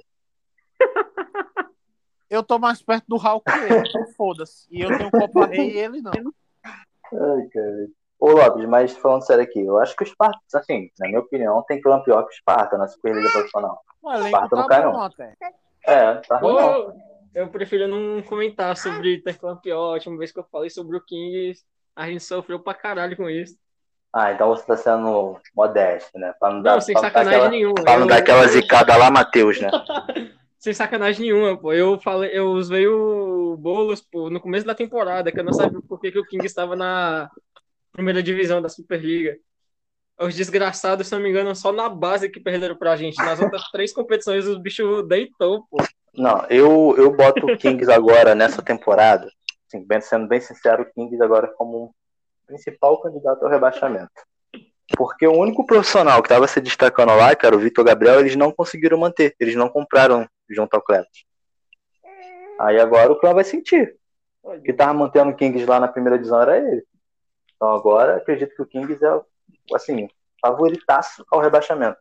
Eu tô mais perto do Hal que ele, então foda-se. E eu tenho Copa Rei e ele não. Ai, cara. Ô, Lopes, mas falando sério aqui, eu acho que o Sparta, assim, na minha opinião, tem clã pior que o Sparta na Superliga Profissional. O elenco Sparta não tá cai, bom não. até. Tá ruim, não. Pô, eu prefiro não comentar sobre Interclan pior. A última vez que eu falei sobre o Kings, a gente sofreu pra caralho com isso. Ah, então você tá sendo modesto, né? Não, sem sacanagem nenhuma. Pra não dar aquela zicada lá, Matheus, né? Sem sacanagem nenhuma, pô. Eu usei o Boulos, pô, no começo da temporada, que eu não sabia por que o King estava na primeira divisão da Superliga. Os desgraçados, se não me engano, só na base que perderam pra gente. Nas outras 3 competições, os bichos deitou, pô. Não, eu boto o Kings agora nessa temporada, assim, sendo bem sincero, o Kings agora como um principal candidato ao rebaixamento. Porque o único profissional que estava se destacando lá, que era o Vitor Gabriel, eles não conseguiram manter. Eles não compraram junto ao Cletos. Aí agora o clã vai sentir. O que tava mantendo o Kings lá na primeira divisão era ele. Então agora acredito que o Kings é, assim, favoritaço ao rebaixamento.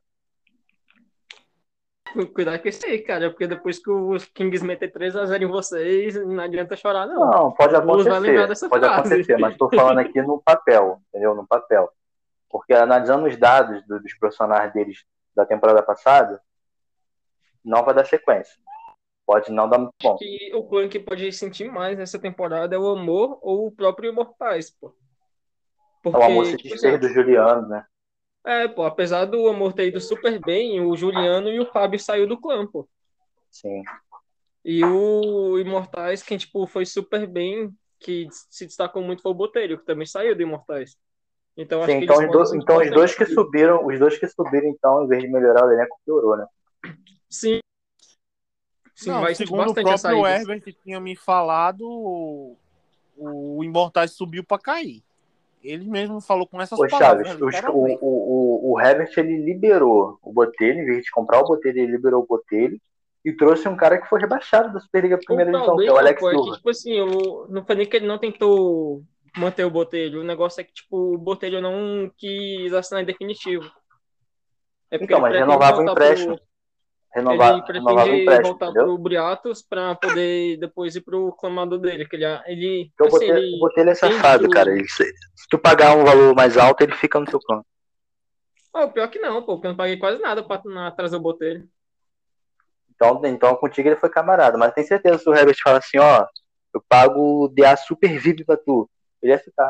Cuidado com isso aí, cara, porque depois que os Kings meter 3-0 em vocês, não adianta chorar, não. Não, pode O Bulls vai lembrar acontecer. dessa Pode frase. acontecer, mas estou falando aqui no papel, entendeu? No papel. Porque analisando os dados dos profissionais deles da temporada passada, não vai dar sequência. Pode não dar muito bom. E o clã que pode sentir mais nessa temporada é o Amor ou o próprio Imortais, pô. O Amor se Porque, tipo desfez assim, do Juliano, né? pô, apesar do Amor ter ido super bem, o Juliano e o Fábio saiu do clã, pô. Sim. E o Imortais, quem, tipo, foi super bem, que se destacou muito foi o Botelho, que também saiu do Imortais. Então, Sim, acho que eles podem sentir então os bastante. os dois que subiram, então, em vez de melhorar o elenco, piorou, né? Sim, sim, Não, vai sentir segundo o bastante as próprio saídas. Herbert que tinha me falado, o Imortais subiu pra cair. Ele mesmo falou com essas Ô, Chaves, palavras, literalmente. o Herbert, ele liberou o Botelho, em vez de comprar o Botelho, ele liberou o Botelho e trouxe um cara que foi rebaixado da Superliga O Primeira Divisão, que é o problema, Alex pô, é que, Silva. tipo assim, não foi nem que ele não tentou manter o Botelho. O negócio é que, tipo, o Botelho não quis assinar em definitivo. É porque Então, ele mas pretende renovava o voltar empréstimo. pro. Ele Renovava o pretende empréstimo, voltar entendeu? pro Briatos pra poder depois ir pro clamado dele. Que ele Porque assim, o ele Botelho é entende que safado, cara. Se tu pagar um valor mais alto, ele fica no teu plano. O pior que não, pô, porque eu não paguei quase nada pra trazer o Botelho. Então contigo ele foi camarada. Mas tem certeza se o Herbert fala assim, ó, eu pago DA Super VIP pra tu. Ele ia ficar.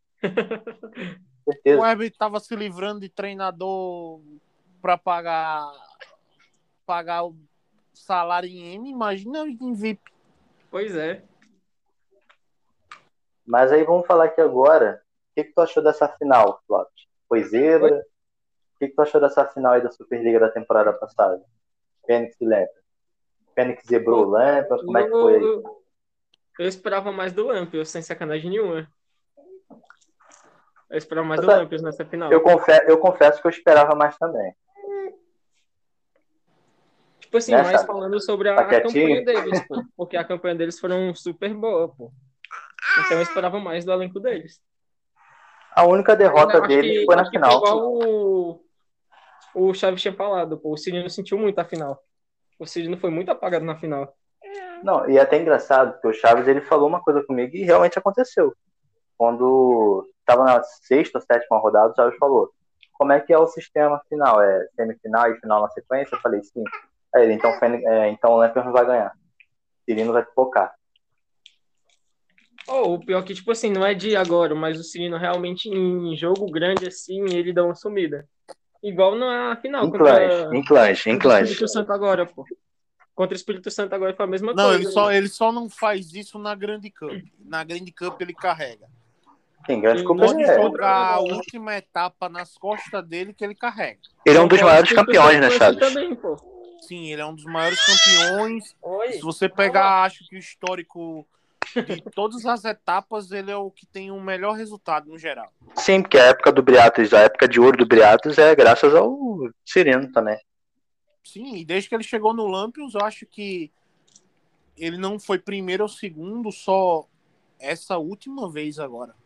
O Certeza. Herbert tava se livrando de treinador pra pagar o salário em M, imagina em VIP. Pois é. Mas aí vamos falar aqui agora. O que tu achou dessa final, Flávio? Foi Oi? zebra? O que tu achou dessa final aí da Superliga da temporada passada? Fênix e Lampions. Fênix zebrou Pô, o Lampions, como é que foi aí? eu esperava mais do Lampions, sem sacanagem nenhuma. Eu esperava mais do Lampions nessa final. Eu confesso que eu esperava mais também. Tipo tipo assim, Né, mas Chaves? falando sobre Tá a campanha quietinho? deles, pô. Porque a campanha deles foram super boa, pô. Então eu esperava mais do elenco deles. A única Mas derrota eu acho deles que, foi na acho que foi final. igual o Chaves tinha falado, pô. O Cirino sentiu muito a final. O Cirino foi muito apagado na final. Não, e é até engraçado, porque o Chaves ele falou uma coisa comigo e realmente aconteceu. Quando estava na sexta ou sétima rodada, o Chaves falou: como é que é o sistema final? É semifinal e final na sequência? Eu falei: sim. Aí ele: então o Lampions não vai ganhar. O Cirino vai focar. Oh, o pior que, tipo assim, não é de agora, mas o Cirino realmente em jogo grande assim, ele dá uma sumida. Igual na final Em clãs, contra, em clãs, em contra o clãs. Espírito Santo agora, pô. Contra o Espírito Santo agora foi a mesma Não, coisa. ele só não faz isso na Grande Cup. Na Grande Cup ele carrega. Em grande E Copa nos Pode ele é. contra. jogar a última etapa nas costas dele que ele carrega. Ele é um dos Contra o maiores Espírito campeões, Santo né, foi assim Chaves? também, pô. Sim, ele é um dos maiores campeões. Se Oi. você pegar, acho que o histórico de todas as etapas, ele é o que tem o melhor resultado no geral. Sim, porque a época do Briatos, a época de ouro do Briatos é graças ao Cirino também. Sim, e desde que ele chegou no Lampions, eu acho que ele não foi primeiro ou segundo, só essa última vez agora.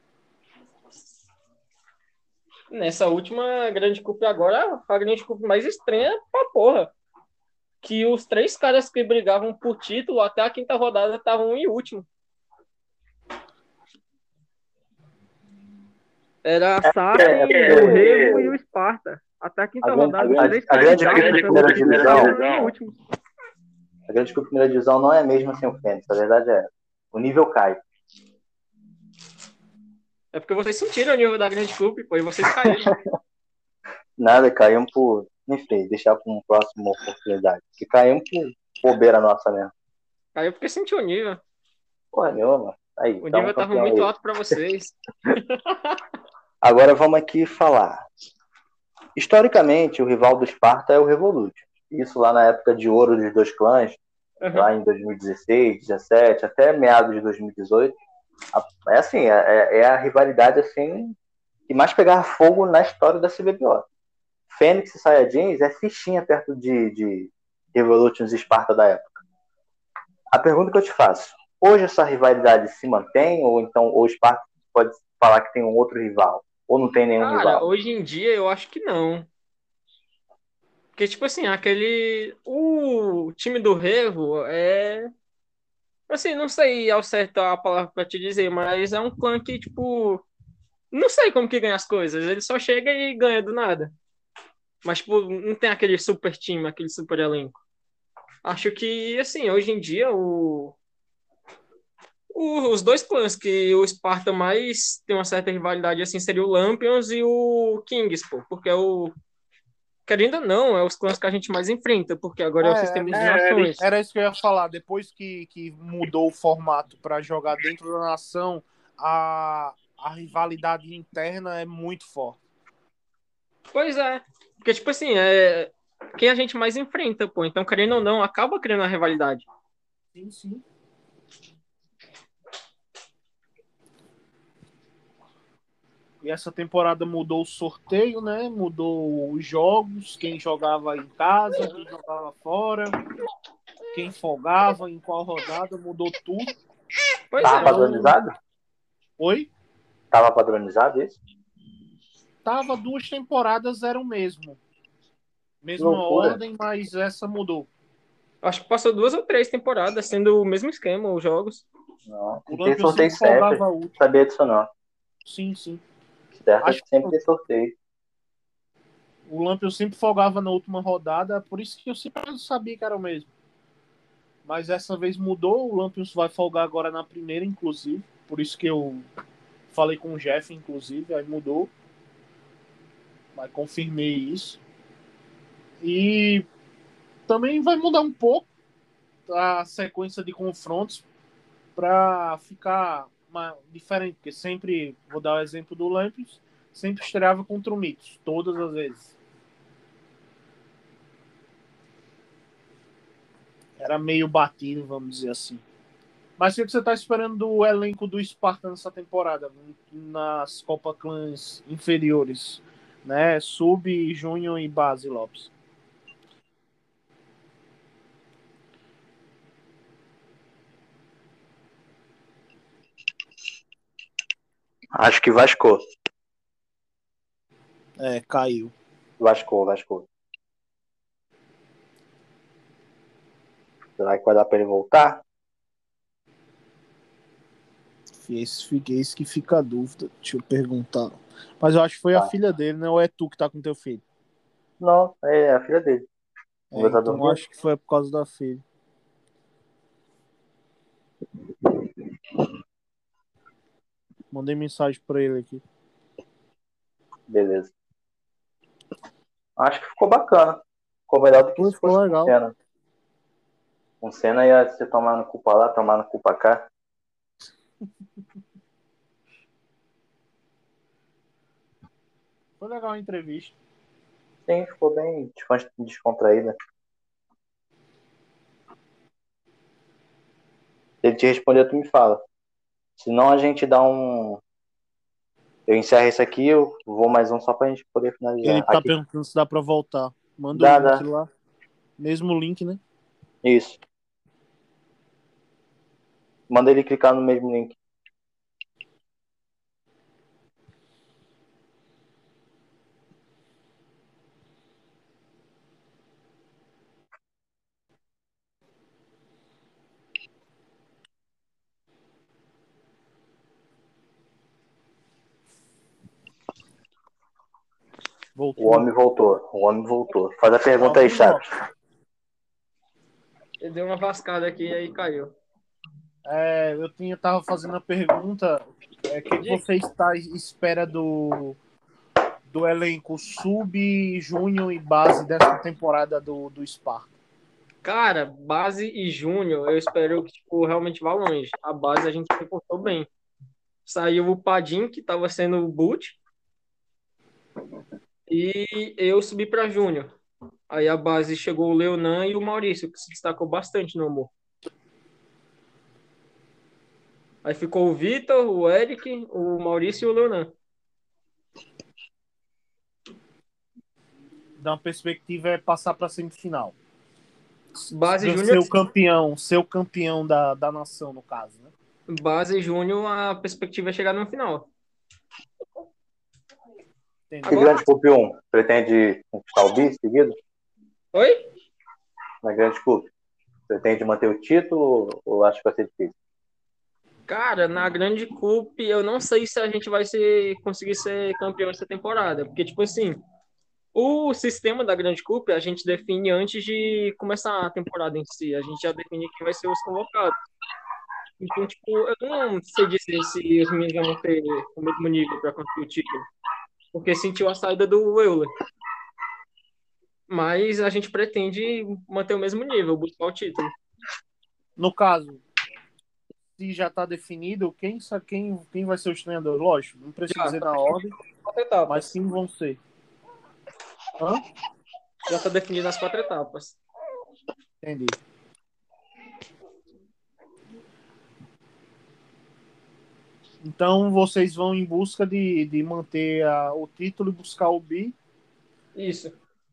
Nessa última grande cup agora, a grande cup mais estranha pra porra. Que os três caras que brigavam por título até a quinta rodada estavam em último. Era a SAF, É o porque Remo e o Sparta. Até a a quinta grande, rodada, os três a grande candidatos Copa de pelo primeira título divisão, estavam em último. a grande Copa de primeira divisão não é mesmo sem o Fênix, a verdade é o nível cai. É porque vocês sentiram o nível da grande cup, pô, e vocês caíram. Nada, caímos por. Enfim, deixar para uma próxima oportunidade. Que caímos por bobeira nossa mesmo. Caiu porque sentiu o nível. Porra nenhuma. Aí, O então nível tava campeão muito aí. alto pra vocês. Agora vamos aqui falar. Historicamente, o rival do Sparta é o Revolut. Isso lá na época de ouro dos dois clãs, Uhum. lá em 2016, 17, até meados de 2018. É assim, é a rivalidade assim que mais pegava fogo na história da CBBO. Fênix e Saiyajins é fichinha perto de Revolutions e Sparta da época. A pergunta que eu te faço, hoje essa rivalidade se mantém ou então o Sparta pode falar que tem um outro rival ou não tem nenhum Cara, rival? hoje em dia eu acho que não. Porque, tipo assim, aquele. O time do Revo é. Assim, não sei ao certo a palavra pra te dizer, mas é um clã que, tipo. Não sei como que ganha as coisas. Ele só chega e ganha do nada. Mas, tipo, não tem aquele super time, aquele super elenco. Acho que, assim, hoje em dia, os dois clãs que o Sparta mais tem uma certa rivalidade, assim, seria o Lampions e o Kings, pô. Porque é o. Querendo ou não, é os clãs que a gente mais enfrenta, porque agora é o sistema de nações. Era isso que eu ia falar. Depois que mudou o formato para jogar dentro da nação, a rivalidade interna é muito forte. Pois é. Porque, tipo assim, quem a gente mais enfrenta, pô. Então, querendo ou não, acaba criando uma rivalidade. Sim, sim. E essa temporada mudou o sorteio, né? Mudou os jogos, quem jogava em casa, quem jogava fora, quem folgava, em qual rodada, mudou tudo. Pois Tava é. Então, padronizado? oi? Tava padronizado isso? Tava 2 temporadas, era o mesmo. Que Mesma loucura. ordem, mas essa mudou. Acho que passou 2 ou 3 temporadas sendo o mesmo esquema, os jogos. Não, O tem Lampions sorteio sempre sempre. folgava a última. Sabia disso não. Sim, sim. Certo é Acho que que sempre tem sorteio. o Lampions sempre folgava na última rodada, por isso que eu sempre sabia que era o mesmo. Mas essa vez mudou, o Lampions vai folgar agora na primeira, inclusive. Por isso que eu falei com o Jeff, inclusive, aí mudou. Mas confirmei isso. E também vai mudar um pouco a sequência de confrontos para ficar diferente, porque sempre, vou dar o exemplo do Lampions, sempre estreava contra o Mitos, todas as vezes. Era meio batido, vamos dizer assim. Mas o que você está esperando do elenco do Sparta nessa temporada, nas Copa Clãs inferiores, né? Sub, Júnior e Base, Lopes. Acho que Vasco. Caiu. Vasco. Será que vai dar pra ele voltar? Esse que fica a dúvida. Deixa eu perguntar. Mas eu acho que foi a filha dele, né? Ou é tu que tá com teu filho? Não, é a filha dele. Então eu acho que foi por causa da filha. Mandei mensagem pra ele aqui. Beleza. Acho que ficou bacana. Ficou melhor do que se fosse legal. com Senna. Com Senna ia ser tomar no culpa lá, tomar no culpa cá. Foi legal a entrevista. Sim, ficou bem descontraída. Se ele te responder, tu me fala. Senão a gente dá um... Eu encerro esse aqui, eu vou mais um só pra gente poder finalizar. Ele tá aqui. perguntando se dá pra voltar. Manda Dá, o link dá. lá. Mesmo link, né? Isso. Manda ele clicar no mesmo link. Voltou. O homem voltou. Faz a pergunta aí, Chaves. Ele deu uma vascada aqui e aí caiu. Eu tava fazendo a pergunta. O que você está espera do elenco sub, júnior e base dessa temporada do Sparta? Cara, base e júnior, eu espero que realmente vá longe. A base a gente reportou bem. Saiu o Padim, que estava sendo o boot, e eu subi para júnior. Aí a base chegou o Leonan e o Maurício, que se destacou bastante no amor. Aí ficou o Vitor, o Eric, o Maurício e o Leonan. Da perspectiva é passar para semifinal. Base júnior. Ser o campeão da nação, no caso, né? Base júnior, a perspectiva é chegar no final. E Grande Cup 1, pretende conquistar o bi seguido? Oi? Na Grande Cup, pretende manter o título ou acha que vai ser difícil? Cara, na Grande Cup, eu não sei se a gente vai conseguir ser campeão essa temporada. Porque, tipo assim, o sistema da Grande Cup a gente define antes de começar a temporada em si. A gente já define quem vai ser os convocados. Então, tipo, eu não sei dizer se os meninos vão ter o mesmo nível para conseguir o título. Porque sentiu a saída do Euler. Mas a gente pretende manter o mesmo nível, buscar o título. No caso, se já está definido, quem vai ser o treinador? Lógico, não preciso dizer na ordem, mas quem vão ser? Hã? Já está definido as 4 etapas. Entendi. Então vocês vão em busca de manter o título e buscar o bi? Isso.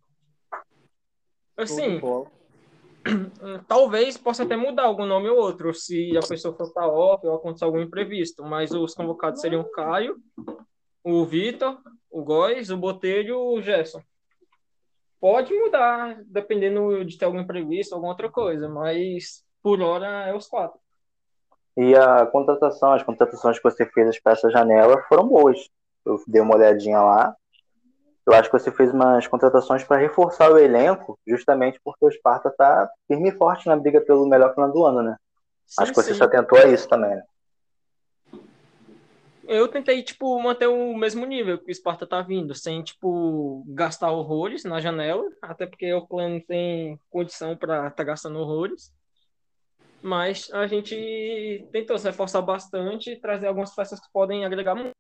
Assim, Show de bola. talvez possa até mudar algum nome ou outro, se a pessoa for estar off ou acontecer algum imprevisto, mas os convocados seriam o Caio, o Vitor, o Góis, o Botelho e o Gerson. Pode mudar, dependendo de ter algum imprevisto, alguma outra coisa, mas por hora é os 4. E as contratações que você fez para essa janela foram boas. Eu dei uma olhadinha lá. Eu acho que você fez umas contratações para reforçar o elenco, justamente porque o Sparta está firme e forte na briga pelo melhor final do ano, né? Sim, acho que você se atentou a isso também, né? Eu tentei, manter o mesmo nível que o Sparta tá vindo, sem, gastar horrores na janela, até porque o clã não tem condição para tá gastando horrores. Mas a gente tentou se reforçar bastante e trazer algumas peças que podem agregar muito.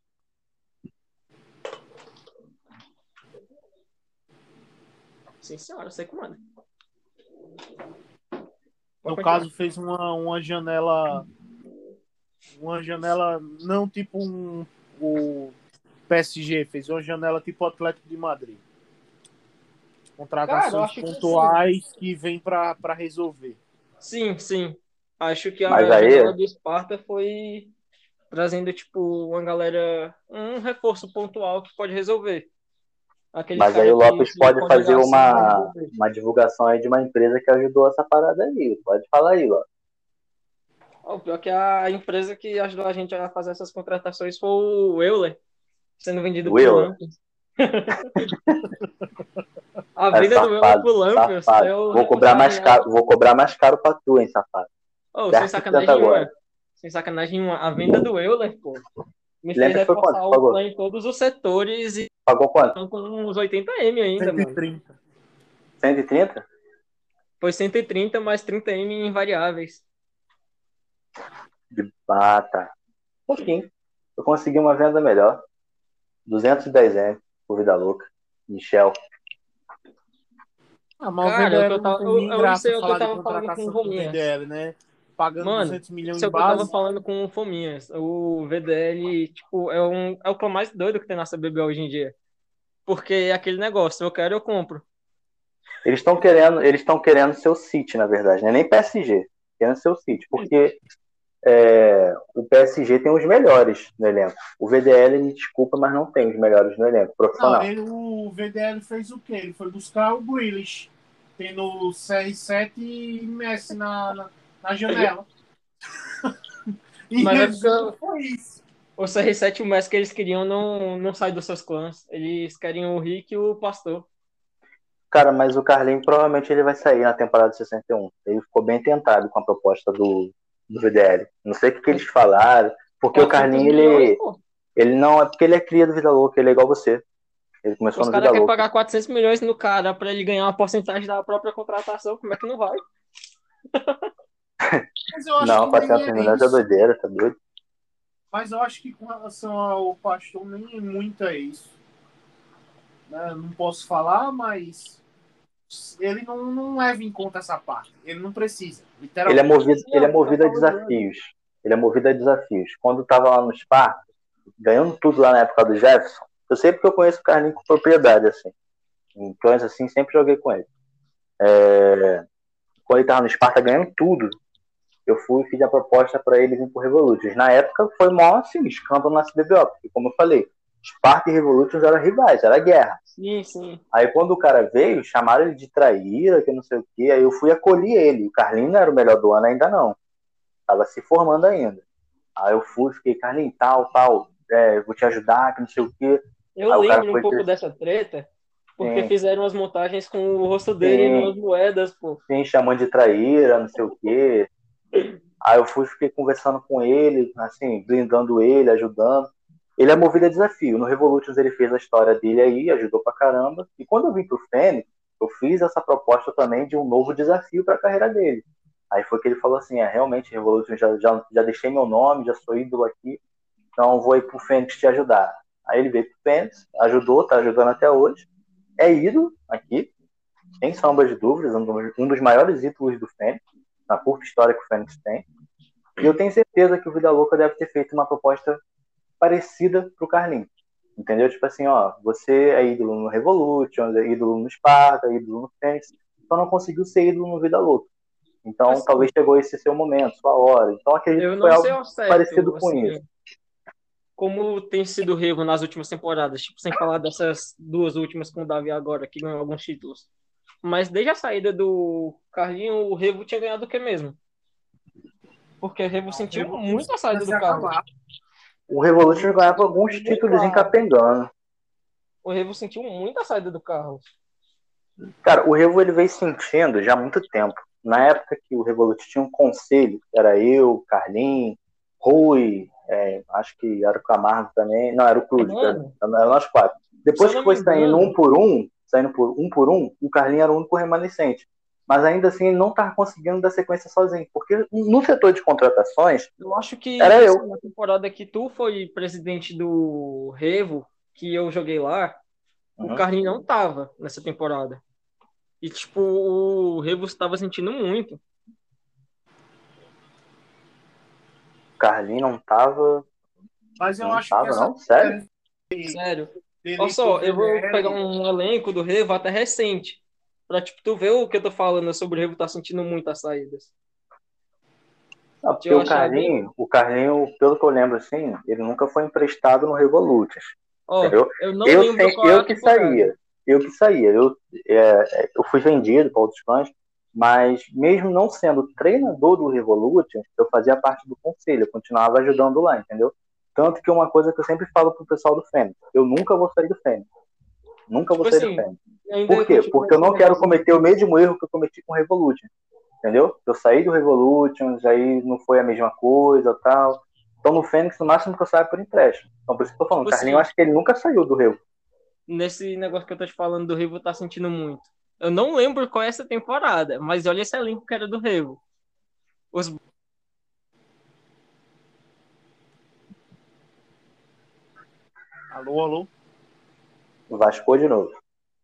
Sim, senhora, sei como é. No caso, fez uma janela não tipo o PSG, fez uma janela tipo o Atlético de Madrid. Contratações pontuais que vêm para resolver. Sim, sim. Acho que a janela do Sparta foi trazendo, tipo, uma galera, um reforço pontual que pode resolver. Aquele Mas aí cara o Lopes que pode pode fazer olhar assim e vai uma, resolver. uma divulgação aí de uma empresa que ajudou essa parada aí. Pode falar aí, Lopes. O pior que a empresa que ajudou a gente a fazer essas contratações foi o Euler, sendo vendido pro Will, Lampions. A é venda do Euler safado, pro Lampions safado. é o Vou cobrar reportagem. mais caro, vou cobrar mais caro pra tu, hein, safado. Oh, sem Certo tanto sacanagem agora. nenhuma. Sem sacanagem nenhuma. A venda do Euler, pô, me fez Lembra que foi quanto? reforçar Tu o pagou? plano em todos os setores e Pagou quanto? com uns 80M ainda, mano. 130. 130? Foi 130 mais 30M em variáveis. Ah, tá. Um pouquinho. Eu consegui uma venda melhor. 210 M por vida louca. Michel. Ah, mas o Cara, o que VDL eu não tava. tem nem Isso graça aí é o que eu falar de tava falando com o contratação do Rominhas. VDL, né? Pagando Mano, 200 milhões isso é em o que eu tava base. falando com o Fominhas. O VDL, tipo, é o que é mais doido que tem na CBB hoje em dia. Porque é aquele negócio, eu quero, eu compro. Eles estão querendo ser o City, na verdade, né? Nem PSG. Querendo ser o City, porque o PSG tem os melhores no elenco. O VDL, me desculpa, mas não tem os melhores no elenco Não, profissional. o VDL fez o quê? Ele foi buscar o Grealish, tendo CR7 e Messi na janela. E Mas é resumo, porque foi isso. o CR7 e o Messi que eles queriam não sai dos seus clãs. Eles querem o Rick e o Pastor. Cara, mas o Carlinhos provavelmente ele vai sair na temporada de 61. Ele ficou bem tentado com a proposta do VDL. Não sei o que eles falaram, porque o 400 Carlinhos, milhões, ele, pô. ele não é porque ele é cria do Vida Louca, ele é igual você. Ele começou Os no Vida caras querem Louca. pagar 400 milhões no cara pra ele ganhar uma porcentagem da própria contratação. Como é que não vai? Mas eu acho Não, que nem 400 é milhões é isso. doideira, tá doido? Mas eu acho que com relação ao Pastor, nem é muito é isso. Né? Não posso falar, mas ele não leva em conta essa parte. Ele não precisa, Ele é literalmente. movido, ele é Não, tô movido a falando nada. desafios. Ele é movido a desafios. Quando tava lá no Sparta, ganhando tudo lá na época do Jefferson, eu sei porque eu conheço o Carlinhos com propriedade, assim. Em clãs assim, sempre joguei com ele. Quando ele tava no Sparta ganhando tudo, eu fui e fiz a proposta para ele vir pro Revolutions. Na época foi maior assim, escândalo na CBBO, porque como eu falei, Sparta e Revolutions eram rivais, era guerra. Sim, sim. Aí quando o cara veio, chamaram ele de traíra, que não sei o quê, aí eu fui acolher ele. O Carlinhos não era o melhor do ano ainda não, tava se formando ainda. Aí eu fui, fiquei, Carlinhos, tal, vou te ajudar, que não sei o quê. Eu Aí o cara lembro um foi pouco dessa treta, porque sim, fizeram as montagens com o rosto dele em sim, umas moedas, pô. sim, chamando de traíra, não sei o quê. Aí eu fui, fiquei conversando com ele, assim, blindando ele, ajudando. Ele é movido a desafio. No Revolutions ele fez a história dele aí, ajudou pra caramba. E quando eu vim pro Fênix, eu fiz essa proposta também de um novo desafio para a carreira dele. Aí foi que ele falou assim, realmente, Revolutions já deixei meu nome, já sou ídolo aqui, então vou ir pro Fênix te ajudar. Aí ele veio pro Fênix, ajudou, tá ajudando até hoje. É ídolo aqui, sem sombra de dúvidas, um dos maiores ídolos do Fênix, na curta história que o Fênix tem. E eu tenho certeza que o Vida Louca deve ter feito uma proposta parecida pro Carlinhos. Entendeu? Tipo assim, ó, você é ídolo no Revolution, é ídolo no Sparta, é ídolo no Fênix, só não conseguiu ser ídolo no Vida Louca. Então, Assim, talvez chegou esse seu momento, sua hora. Então, acredito eu que foi não sei algo ao parecido certo, com assim, isso. como tem sido o Revo nas últimas temporadas, tipo, sem falar dessas duas últimas com o Davi agora, que ganhou alguns títulos. Mas desde a saída do Carlinho, o Revo tinha ganhado o que mesmo? Porque o Revo sentiu muito a saída Se do Carlos. acabar. O O Revolution Revo ganhava sentiu alguns muito títulos a... encapengando. O Revo sentiu muito a saída do Carlos. Cara, o Revo ele veio sentindo já há muito tempo. Na época que o Revolut tinha um conselho, era eu, Carlinhos, Rui, acho que era o Camargo também. Não, era o Cruz, Mano, eram nós quatro. se eu Depois que não me foi engano, saindo por um, o Carlinhos era o único remanescente. Mas ainda assim ele não estava conseguindo dar sequência sozinho. Porque no setor de contratações, eu acho era que assim, eu. na temporada que tu foi presidente do Revo, que eu joguei lá, o Uhum. Carlinho não tava nessa temporada. E, tipo, o Revo estava sentindo muito. O Carlinhos não estava. Mas eu Não acho que estava, essa não? Sério? Sério. Olha dele pro só, eu vou pegar VDL. um elenco do Revo até recente. Pra, tipo, tu ver o que eu tô falando sobre o Revo tá sentindo muito as saídas. Ah, porque Eu achar bem. O Carlinho, pelo que eu lembro, assim, ele nunca foi emprestado no Revolution, Ó, entendeu? eu não lembro qual é Eu a que temporada. saía, eu fui vendido para outros clãs, mas mesmo não sendo treinador do Revolution, eu fazia parte do conselho, eu continuava ajudando lá, entendeu? Tanto que uma coisa que eu sempre falo pro pessoal do Fênix, eu nunca vou sair do Fênix, nunca vou Tipo sair do assim, Fênix. ainda Por quê? continua Porque eu esse não quero negócio de. cometer o mesmo erro que eu cometi com o Revolution, entendeu? Eu saí do Revolutions, aí não foi a mesma coisa tal. Então no Fênix, no máximo que eu saio por empréstimo. Então por isso que eu tô falando, Tipo o Carlinho, eu assim, acho que ele nunca saiu do Revo. nesse negócio que eu tô te falando do Revo, tá sentindo muito. Eu não lembro qual é essa temporada, mas olha esse elenco que era do Revo. Os... Alô, alô? Vascou de novo.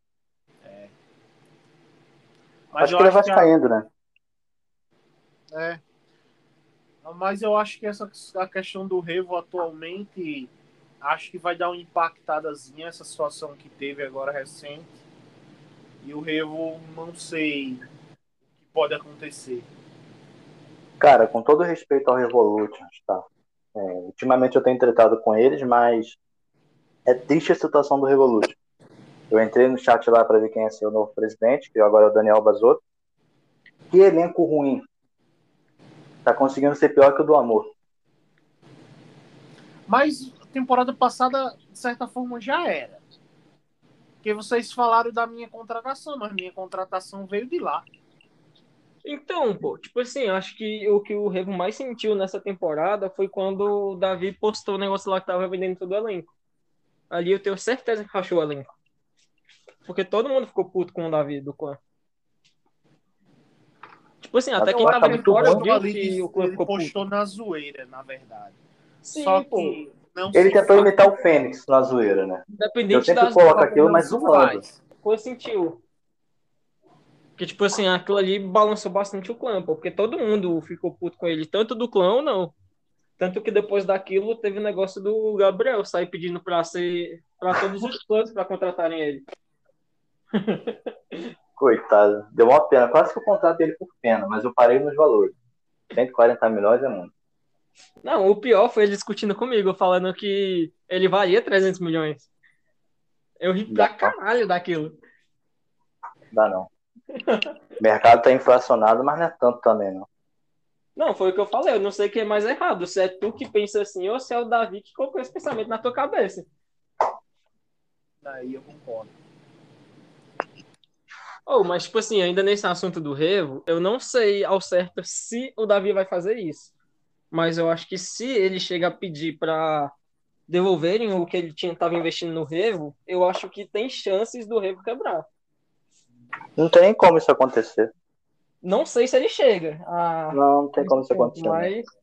Mas Acho eu que ele é acho que vascaíno, né? é, mas eu acho que essa a questão do Revo atualmente acho que vai dar uma impactadazinha essa situação que teve agora recente. E o Revo não sei o que pode acontecer. Cara, com todo respeito ao Revolution, tá? Ultimamente eu tenho tratado com eles, mas é triste a situação do Revolution. Eu entrei no chat lá para ver quem é seu novo presidente, que agora é o Daniel Bazotto. Que elenco ruim. Tá conseguindo ser pior que o do Amor. Mas a temporada passada, de certa forma, já era. Porque vocês falaram da minha contratação, mas minha contratação veio de lá. Então, pô, tipo assim, eu acho que o Revo mais sentiu nessa temporada foi quando o Davi postou o negócio lá que tava vendendo todo o elenco. Ali eu tenho certeza que rachou o elenco. Porque todo mundo ficou puto com o Davi do clã. Tipo assim, até Mas quem eu acho tava de muito fora ruim. Postou viu ali, que o clã ele ficou puto. postou na zoeira, na verdade. Só Sim, pô. que não Ele se tentou faz. imitar o Fênix na zoeira, né? Eu Independente sempre das coloco Só que aquilo, não mas se zoando. faz. o clã sentiu. Porque, tipo assim, aquilo ali balançou bastante o clã, pô. Porque todo mundo ficou puto com ele, tanto do clã ou não. Tanto que depois daquilo teve o negócio do Gabriel sair pedindo pra todos os clãs pra contratarem ele. Coitado. Deu uma pena. Quase que eu contrato ele por pena, mas eu parei nos valores. 140 milhões é muito. Não, o pior foi ele discutindo comigo, falando que ele valia 300 milhões. Eu ri Não dá pra não. caralho daquilo. Dá não. O mercado tá inflacionado, mas não é tanto também, não. Não, foi o que eu falei. Eu não sei o que é mais errado. Se é tu que pensa assim ou se é o Davi que colocou esse pensamento na tua cabeça. Daí eu concordo. Oh, mas, tipo assim, ainda nesse assunto do Revo, eu não sei ao certo se o Davi vai fazer isso. Mas eu acho que se ele chega a pedir pra devolverem o que ele estava investindo no Revo, eu acho que tem chances do Revo quebrar. Não tem nem como isso acontecer. Não sei se ele chega a Não tem como esse isso ponto, acontecer, não. mas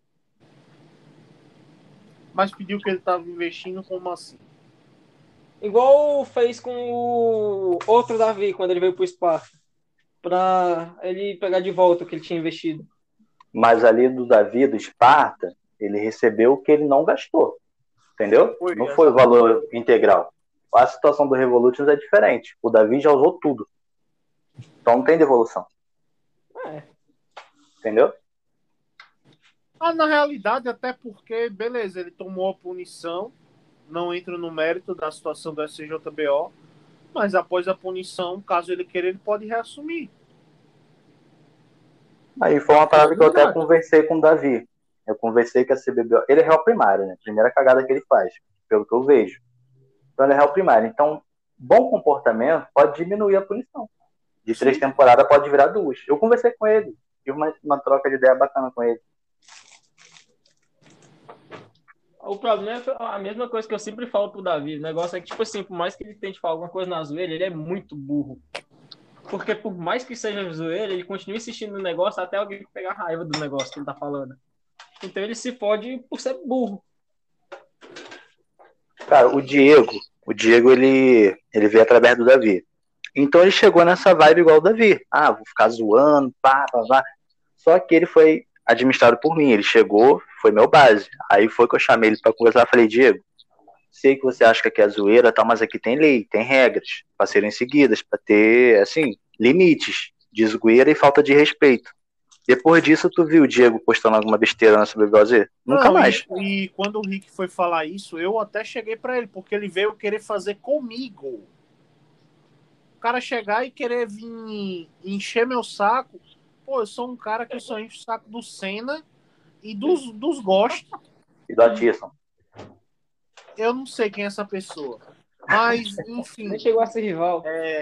Mas pediu que ele estava investindo, como assim? igual fez com o outro Davi quando ele veio pro Sparta, para ele pegar de volta o que ele tinha investido. Mas ali do Davi, do Esparta, ele recebeu o que ele não gastou. Entendeu? Foi, Não foi o exatamente. valor integral. A situação do Revolutions é diferente. O Davi já usou tudo. Então não tem devolução. É. Entendeu? Ah, na realidade, até porque, beleza, ele tomou a punição, não entro no mérito da situação do SCJBO, mas após a punição, caso ele queira, ele pode reassumir. Aí foi uma parada que eu até Exato. conversei com o Davi. Eu conversei com a CBBO. Ele é réu primário, né? Primeira cagada que ele faz, pelo que eu vejo. Então ele é réu primário. Então, bom comportamento pode diminuir a punição. De 3 Sim. temporadas pode virar 2. Eu conversei com ele. Tive uma troca de ideia bacana com ele. O problema é a mesma coisa que eu sempre falo pro Davi. O negócio é que, tipo assim, por mais que ele tente falar alguma coisa na zoeira, ele é muito burro. Porque por mais que seja zoeira, ele continua insistindo no negócio até alguém pegar raiva do negócio que ele tá falando. Então ele se fode por ser burro. Cara, o Diego ele veio através do Davi. Então ele chegou nessa vibe igual o Davi. Ah, vou ficar zoando, pá, pá, pá. Só que ele foi administrado por mim. Ele chegou, foi meu base. Aí foi que eu chamei ele pra conversar. Falei, Diego, sei que você acha que aqui é zoeira, tal, mas aqui tem lei, tem regras pra serem seguidas, pra ter, assim, limites de zoeira e falta de respeito. Depois disso, tu viu o Diego postando alguma besteira sobre o Bigode? Nunca Não, mais. E quando o Rick foi falar isso, eu até cheguei pra ele, porque ele veio querer fazer comigo. O cara chegar e querer vir encher meu saco. Pô, eu sou um cara que só enche o saco do Senna e dos Ghost. E do Atisson. Eu não sei quem é essa pessoa. Mas, enfim. Nem chegou a ser rival.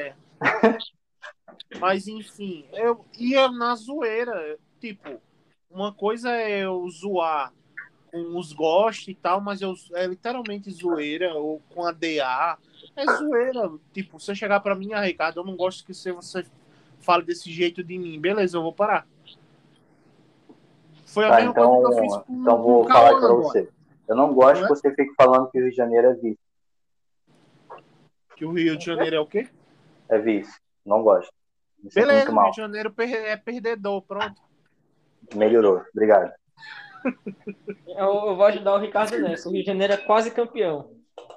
Mas, enfim, eu ia na zoeira. Tipo, uma coisa é eu zoar com os Ghost e tal, mas é literalmente zoeira, ou com a DA. É zoeira. Tipo, você chegar pra mim, Ricardo, eu não gosto que você fale desse jeito de mim. Beleza, eu vou parar. Foi a Tá, mesma coisa que eu fiz então com o vou falar aqui Cauã pra agora. você. Eu não gosto Não que é? você fique falando que o Rio de Janeiro é vice. Que o Rio de Janeiro é o quê? É vice. Não gosto. Me sinto muito Beleza, o Rio mal. de Janeiro é perdedor, pronto. Melhorou. Obrigado. Eu vou ajudar o Ricardo nessa. O Rio de Janeiro é quase campeão.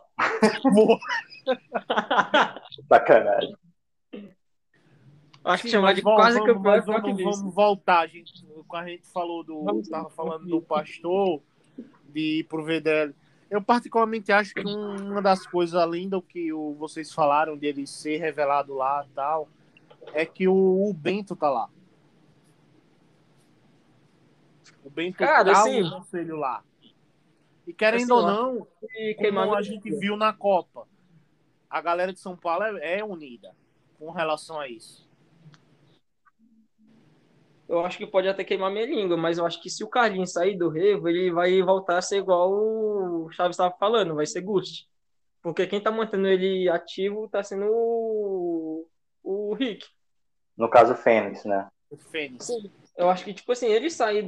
Sacanagem. Acho que Sim, chamar mas de quase campeão é pior que vice. vamos voltar. A gente falou tava Vamos falando do pastor, de ir pro VDL. Eu particularmente acho que uma das coisas, além do que vocês falaram dele ser revelado lá e tal, é que o Bento tá lá. O Bento Cara, tá assim, no conselho lá. E querendo ou eu acho não, que queimar como minha a gente língua. viu na Copa, a galera de São Paulo é unida com relação a isso. Eu acho que pode até queimar minha língua, mas eu acho que se o Carlinhos sair do Revo, ele vai voltar a ser igual o Chaves estava falando, vai ser Gust. Porque quem tá mantendo ele ativo tá sendo o Rick. No caso, o Fênix, né? O Fênix. Sim. Eu acho que, tipo assim, ele sair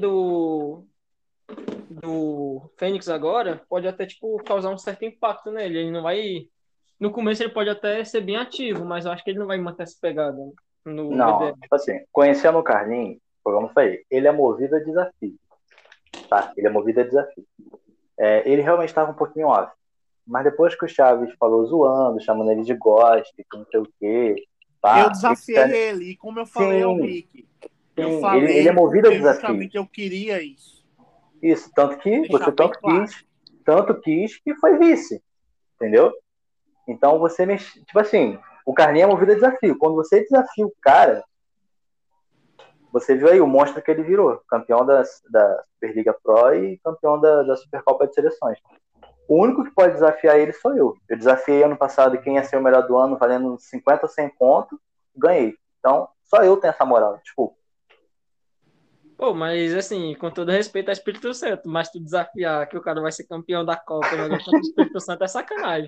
do Fênix agora pode até, tipo, causar um certo impacto nele. Ele não vai. No começo ele pode até ser bem ativo, mas eu acho que ele não vai manter essa pegada no Não, VD. tipo assim, conhecendo o Carlinhos, como eu falei, ele é movido a desafio. Tá? Ele é movido a desafio. Ele realmente estava um pouquinho off. Mas depois que o Chaves falou zoando, chamando ele de goste, que não sei o quê, Eu pá, desafiei ele, e como eu falei ao sim, Rick, eu sim, ele é falei movido a porque desafios. justamente eu queria isso. Isso, tanto que Deixar você bem claro. tanto quis que foi vice, entendeu? Então você mexe, tipo assim, o Carlinhos é movido a desafio. Quando você desafia o cara, você viu aí o monstro que ele virou, campeão da Superliga Pro e campeão da Supercopa de Seleções. O único que pode desafiar ele sou eu. Eu desafiei ano passado quem ia ser o melhor do ano, valendo 50 ou 100 conto, ganhei. Então, só eu tenho essa moral. Desculpa. Pô, mas assim, com todo respeito ao Espírito Santo, mas tu desafiar que o cara vai ser campeão da Copa jogando contra o Espírito Santo é sacanagem.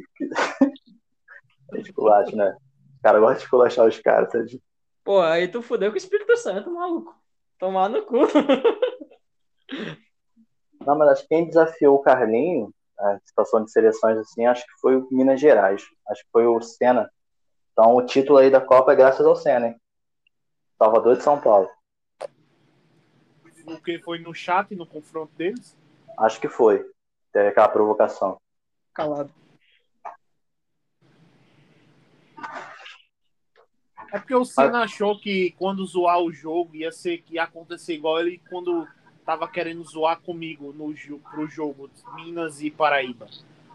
É esculacho, né? O cara gosta de esculachar os caras, sabe? Pô, aí tu fudeu com o Espírito Santo, maluco. Tomar no cu. Não, mas acho que quem desafiou o Carlinho, a situação de seleções assim, acho que foi o Minas Gerais. Acho que foi o Senna. Então o título aí da Copa é graças ao Senna, hein? Salvador de São Paulo. O que foi no chat, no confronto deles. Acho que foi. Teve aquela provocação. Calado. É porque o Senna achou que quando zoar o jogo que ia acontecer igual ele quando tava querendo zoar comigo pro jogo Minas e Paraíba.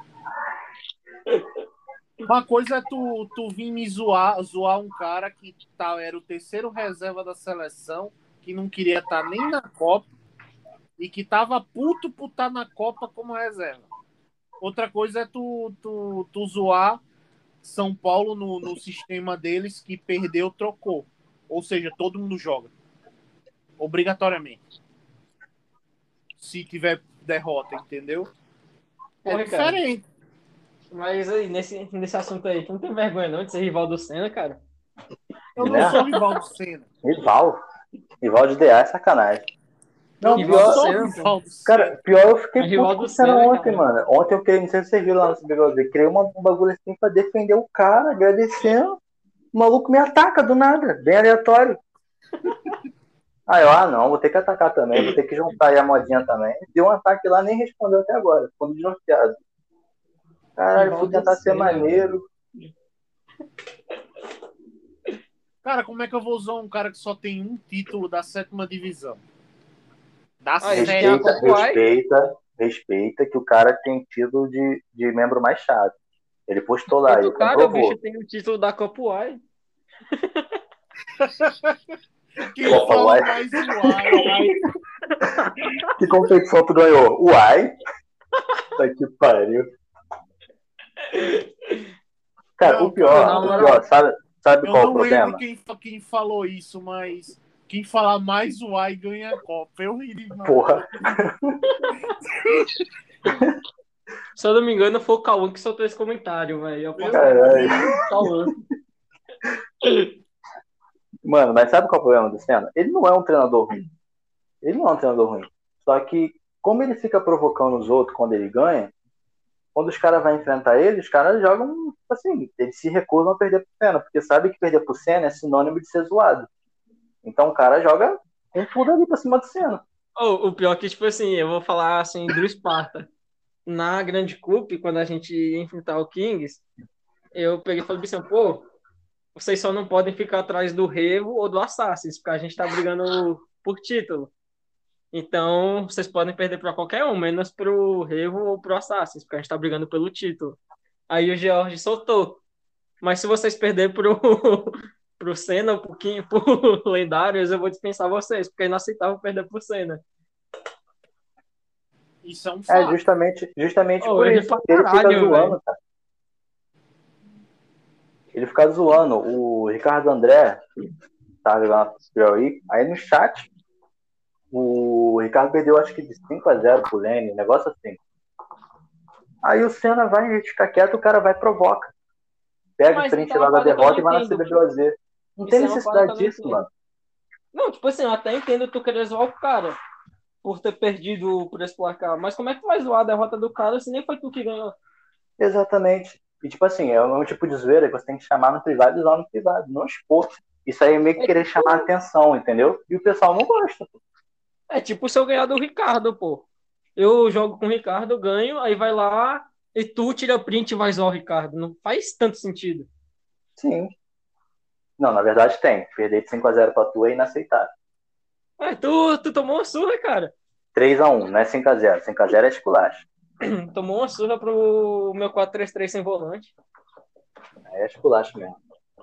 Uma coisa é tu vir me zoar um cara que era o terceiro reserva da seleção, que não queria estar nem na Copa e que tava puto por estar na Copa como reserva. Outra coisa é tu zoar São Paulo no sistema deles que perdeu, trocou. Ou seja, todo mundo joga. Obrigatoriamente. Se tiver derrota, entendeu? É Porra, cara. diferente. Mas aí, nesse assunto aí, tu não tem vergonha não de ser rival do Senna, cara? Eu não Né? sou rival do Senna. Rival. Rival de DA é sacanagem. Eu Não, não Rival do pior. sou Senna, pô. rival do Cara, Senna. pior eu fiquei É rival puto com do o Senna Senna, ontem, cara. mano. Ontem eu criei, não sei se você viu lá no Bigode, criei um bagulho assim pra defender o cara, agradecendo. O maluco me ataca do nada, bem aleatório. Não, vou ter que atacar também, vou ter que juntar aí a modinha também. Deu um ataque lá, nem respondeu até agora, ficou desnorteado. Caralho, Rival fui do tentar ser Senna, velho. maneiro. Cara, como é que eu vou usar um cara que só tem um título da 7ª divisão? Da Aí tem a sétima. Copa Uai. Respeita que o cara tem título de membro mais chato. Ele postou lá, Feito ele o cara, o comprovou. bicho tem o título da Copa Uai. Quem Copa fala Uai. mais Uai? Que competição tu ganhou? Uai? Tá que pariu. Cara, Não, o pior, Na o pior, moral, sabe eu qual é o não lembro problema? quem falou isso, mas quem falar mais Uai ganha a Copa. Eu ri demais. Porra. se eu não me engano, foi o Cauã que soltou esse comentário, velho. Eu posso Meu ter Caralho. Deus. Cauã. Mano, mas sabe qual é o problema do Senna? Ele não é um treinador ruim. Ele não é um treinador ruim. Só que, como ele fica provocando os outros quando ele ganha, quando os caras vão enfrentar ele, os caras jogam, tipo assim, eles se recusam a perder pro Senna, porque sabe que perder pro Senna é sinônimo de ser zoado. Então o cara joga com tudo ali pra cima do Senna. Oh, o pior é que, tipo assim, eu vou falar assim do Sparta. Na Grande Cup, quando a gente ia enfrentar o Kings, eu peguei e falei assim, pô, vocês só não podem ficar atrás do Revo ou do Assassins, porque a gente tá brigando por título. Então, vocês podem perder para qualquer um, menos pro Revo ou pro Assassins, porque a gente tá brigando pelo título. Aí o George soltou. Mas se vocês perderem pro, pro Senna, um pouquinho, pro Lendários, eu vou dispensar vocês, porque é inaceitável perder pro Senna. Isso é um É fato. justamente Oh, por eu ri isso. pra Ele fica caralho, velho. zoando, cara. Ele fica zoando. O Ricardo André tá jogando aí no chat, o Ricardo perdeu acho que de 5-0 pro Lene, um negócio assim. Aí o Senna vai ficar quieto, o cara vai e provoca. Pega o Mas print então é lá uma da parada que eu não derrota e vai na entendo. CBBOZ. Não tem Isso é uma parada que necessidade eu não disso, entendo. mano. Não, tipo assim, eu até entendo tu querer zoar o cara por ter perdido por esse placar. Mas como é que tu vai zoar a derrota do cara se nem foi tu que ganhou? Exatamente. E tipo assim, é um tipo de zoeira que você tem que chamar no privado e usar no privado, não expor. Isso aí é meio que É querer chamar a tipo, atenção, entendeu? E o pessoal não gosta. é tipo se eu ganhar do Ricardo, pô. Eu jogo com o Ricardo, ganho, aí vai lá e tu tira print e vai zoar o Ricardo. Não faz tanto sentido. Sim. Não, na verdade tem. Perder de 5-0 pra tu é inaceitável. É, tu tomou uma surra, cara. 3-1, não é 5-0. 5-0 é esculacho. Tomou uma surra pro meu 4-3-3 sem volante. É esculacho mesmo.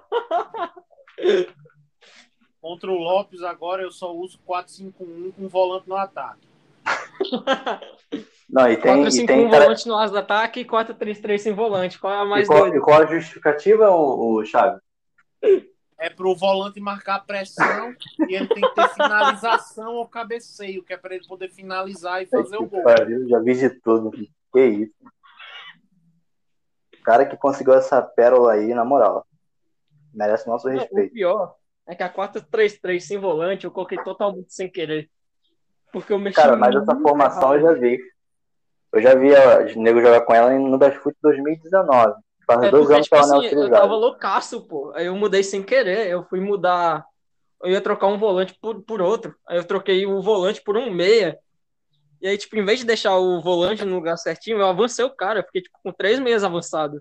Contra o Lopes agora eu só uso 4-5-1 com volante no ataque. Não, e tem, 4-5-1 volante no asa do ataque e 4-3-3 sem volante. Qual é a e mais qual, e doida? qual a justificativa, o Chaves? É pro volante marcar a pressão e ele tem que ter finalização ou cabeceio, que é para ele poder finalizar e fazer o gol. Pariu, já vi de tudo. Que isso. O cara que conseguiu essa pérola aí, na moral, merece nosso Não, o respeito. pior é que a 4-3-3 sem volante eu coloquei totalmente sem querer. Porque eu mexi Cara, mas essa muito formação eu errado. já vi. Eu já vi o nego jogar com ela no Brasfoot 2019. Faz É 2 porque, anos que tipo ela não é assim, eu tava utilizada. loucaço, pô. Aí eu mudei sem querer. Eu fui mudar. Eu ia trocar um volante por outro. Aí eu troquei o volante por um meia. E aí, tipo, em vez de deixar o volante no lugar certinho, eu avancei o cara. Eu fiquei, tipo, com 3 meias avançado.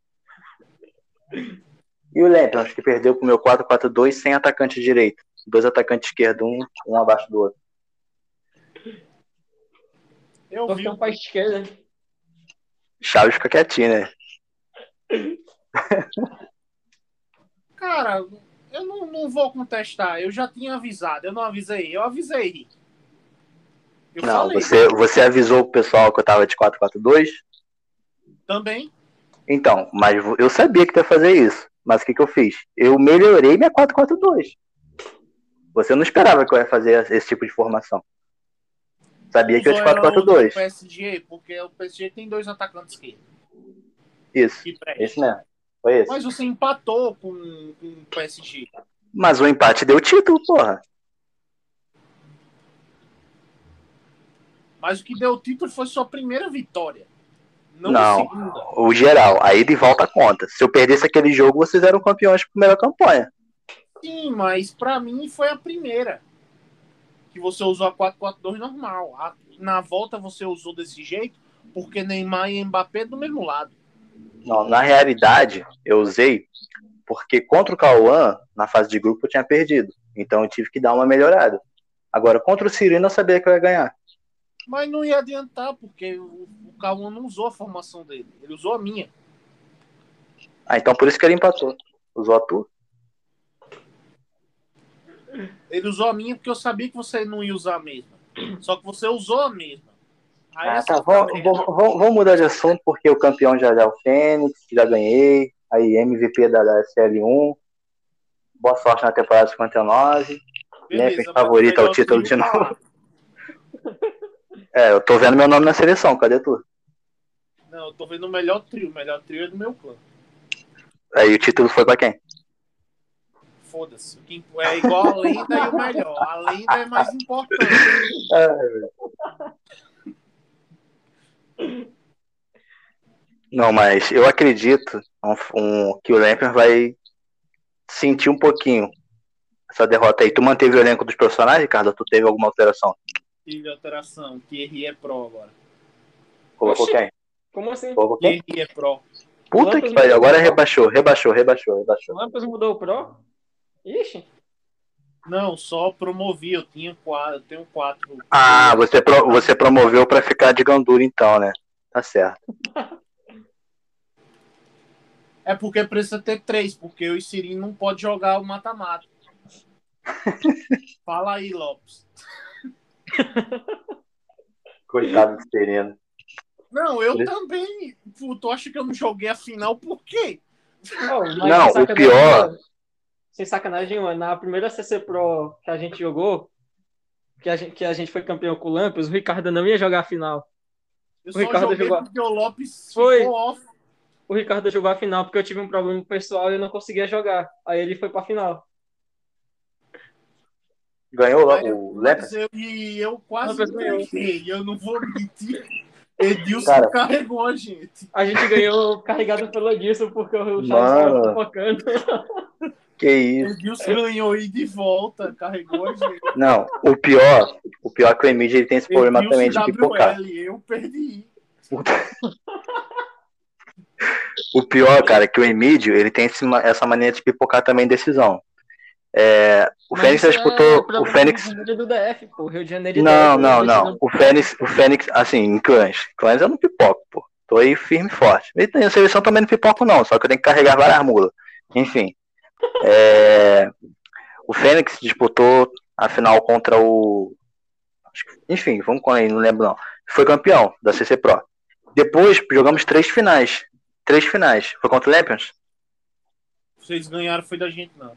E o Lampions, que perdeu pro meu 4-4-2 sem atacante direito. 2 atacantes esquerdos, um abaixo do outro. Eu Vou vi ficar um pra esquerda. Chaves fica quietinho, né? Cara, eu não vou contestar. Eu já tinha avisado. Eu não avisei. Eu avisei. Eu Não, falei. você avisou o pessoal que eu tava de 4-4-2? Também. Então, mas eu sabia que tu ia fazer isso. Mas o que eu fiz? Eu melhorei minha 4-4-2. Você não esperava que eu ia fazer esse tipo de formação. Sabia que eu ia de Usou ela no 4-4-2. PSG, porque o PSG tem 2 atacantes esquerdos. Isso, Que esse presta. mesmo. Foi esse. Mas você empatou com o PSG. Mas o empate deu título, porra. Mas o que deu o título foi sua primeira vitória. Não Não, segunda. o geral. A ida e volta conta. Se eu perdesse aquele jogo, vocês eram campeões por melhor campanha. Sim, mas pra mim foi a primeira. Que você usou a 4-4-2 normal. Na volta você usou desse jeito porque Neymar e Mbappé do mesmo lado. Não, na realidade, eu usei porque contra o Cauã, na fase de grupo, eu tinha perdido. Então eu tive que dar uma melhorada. Agora, contra o Cirino, eu sabia que eu ia ganhar. Mas não ia adiantar, porque o Cauã não usou a formação dele. Ele usou a minha. Ah, então por isso que ele empatou. Usou a tua. Ele usou a minha porque eu sabia que você não ia usar a mesma. Só que você usou a mesma. Aí Tá. Vamos mudar de assunto, porque o campeão já é o Fênix, já ganhei. Aí MVP da SL1. Boa sorte na temporada 59. Minha favorita ao título de novo. Eu tô vendo meu nome na seleção, cadê tu? Não, eu tô vendo o melhor trio. O melhor trio é do meu clã. Aí o título foi pra quem? Foda-se. É igual a lenda e o melhor. A lenda é mais importante. Não, mas eu acredito que o Lampion vai sentir um pouquinho essa derrota aí. Tu manteve o elenco dos personagens, Ricardo? Ou tu teve alguma alteração? Tive alteração. Thierry é pro agora. Colocou quem? Como assim? Colocou quem? Thierry é pro. Puta que pariu, agora rebaixou. O Lampers mudou o Pro? Ixi. Não, só promovi. Eu tenho 4. Ah, você promoveu pra ficar de gandula então, né? Tá certo. É porque precisa ter 3, porque o Cirino não pode jogar o mata-mata. Fala aí, Lopes. Coitado do Sereno. Não, eu também. Tu acha que eu não joguei a final por quê? Não, o pior... Sem sacanagem, na primeira CC Pro que a gente jogou, que a gente foi campeão com o Lampions, o Ricardo não ia jogar a final. Eu só joguei porque o Lopes foi ficou off. O Ricardo jogou a final porque eu tive um problema pessoal e eu não conseguia jogar. Aí ele foi pra final. Ganhou o Lampions? Eu quase ganhei. Eu não vou mentir. Edilson carregou a gente. A gente ganhou carregado pelo Edilson porque o Charles estava focando. Que isso. Edilson ganhou aí de volta, carregou a gente. Não, o pior é que o Emílio ele tem esse problema Edilson também de pipocar. Eu perdi. O pior, cara, é que o Emílio ele tem essa mania de pipocar também em decisão. O Fênix disputou. O Fênix. Do DF, pô. Rio de Janeiro Não. O Fênix, assim, em clãs. Clãs eu não pipoco, pô. Tô aí firme e forte. E na seleção também não pipoco, não. Só que eu tenho que carregar várias mulas. Enfim. O Fênix disputou a final contra o. Enfim, vamos com aí, não lembro não. Foi campeão da CC Pro. Depois jogamos 3 finais. 3 finais. Foi contra o Lampions? Vocês ganharam, foi da gente, não.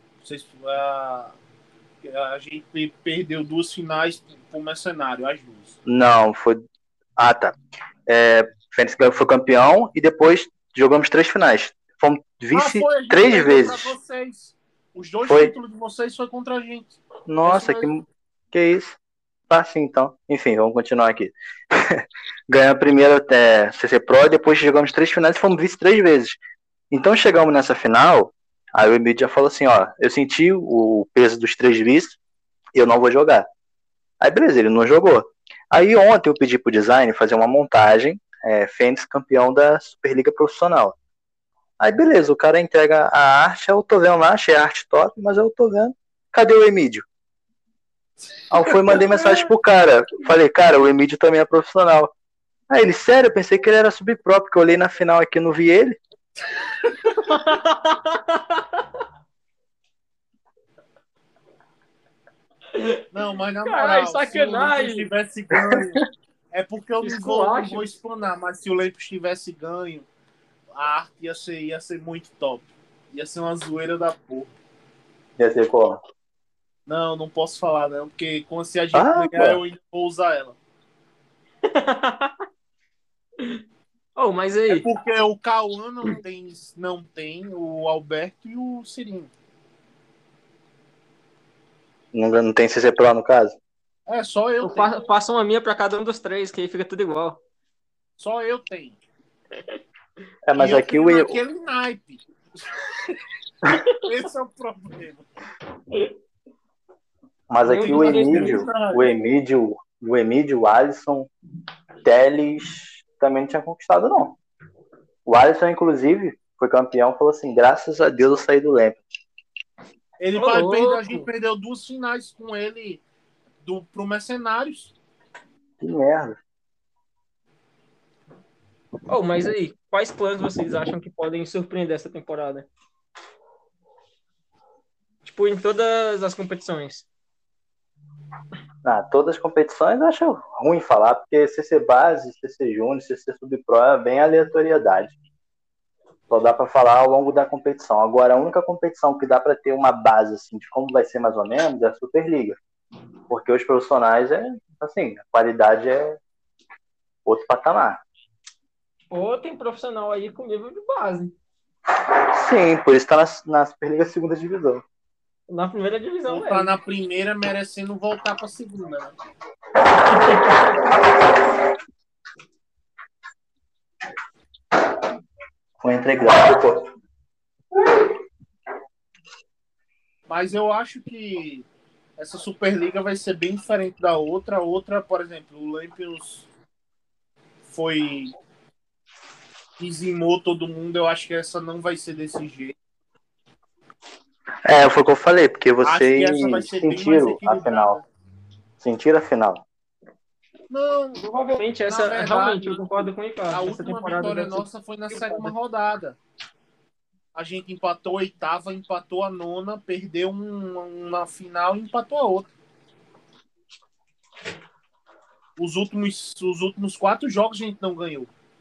A gente perdeu 2 finais pro Mercenário, as 2. Não, foi. Ah, tá. Fênix foi campeão e depois jogamos 3 finais. Fomos vice 3 vezes. Os 2 títulos de vocês foi contra a gente. Nossa, que isso. Tá, sim, então. Enfim, vamos continuar aqui. Ganhamos a primeira CC Pro e depois jogamos 3 finais e fomos vice 3 vezes. Então chegamos nessa final, aí o Emílio já falou assim, ó, eu senti o peso dos 3 vices e eu não vou jogar. Aí beleza, ele não jogou. Aí ontem eu pedi pro design fazer uma montagem, Fênix campeão da Superliga Profissional. Aí beleza, o cara entrega a arte, eu tô vendo lá, achei a arte top, mas eu tô vendo, cadê o Emílio? Aí eu fui e mandei mensagem pro cara, falei, cara, o Emílio também é profissional. Aí ele, sério, eu pensei que ele era sub-pro, porque eu olhei na final aqui e não vi ele. Não, mas na moral, sacanagem. se o Lampions tivesse ganho, é porque eu não vou explanar, mas se o Lampions tivesse ganho, a arte ia ser muito top. Ia ser uma zoeira da porra. Ia ser como? Não posso falar, não, porque se a gente ganhar, eu ainda vou usar ela. Mas aí... É porque o Cauã não tem o Alberto e o Cirino. Não tem CC Pro no caso? Só eu tenho. Passa uma minha pra cada um dos 3, que aí fica tudo igual. Só eu tenho. Mas aqui naquele naipe. Esse é o problema. Mas aqui o Emílio, o Alisson, Teles também não tinha conquistado, não. O Alisson, inclusive, foi campeão, falou assim, graças a Deus eu saí do Lampions. A gente perdeu 2 finais com ele pro Mercenários. Que merda. Mas aí, quais planos vocês acham que podem surpreender essa temporada? Tipo, em todas as competições. Todas as competições eu acho ruim falar, porque CC Base, CC Júnior, CC Sub-Pro é bem aleatoriedade. Só dá para falar ao longo da competição. Agora, a única competição que dá para ter uma base assim, de como vai ser mais ou menos é a Superliga. Porque os profissionais, assim, a qualidade é outro patamar. Tem profissional aí com nível de base. Sim, por isso está na Superliga segunda divisão. Na primeira divisão, tá na primeira, merecendo voltar para a segunda, né? Foi entregado, pô. Mas eu acho que essa Superliga vai ser bem diferente da outra. A outra, por exemplo, o Lampions dizimou todo mundo. Eu acho que essa não vai ser desse jeito. Foi o que eu falei, porque vocês sentiram a final. Sentiram a final. Não, provavelmente essa verdade, realmente eu concordo com o Ricardo. A última vitória nossa foi na 7ª rodada. A gente empatou a 8ª, empatou a 9ª, perdeu uma final e empatou a outra. Os últimos 4 jogos a gente não ganhou.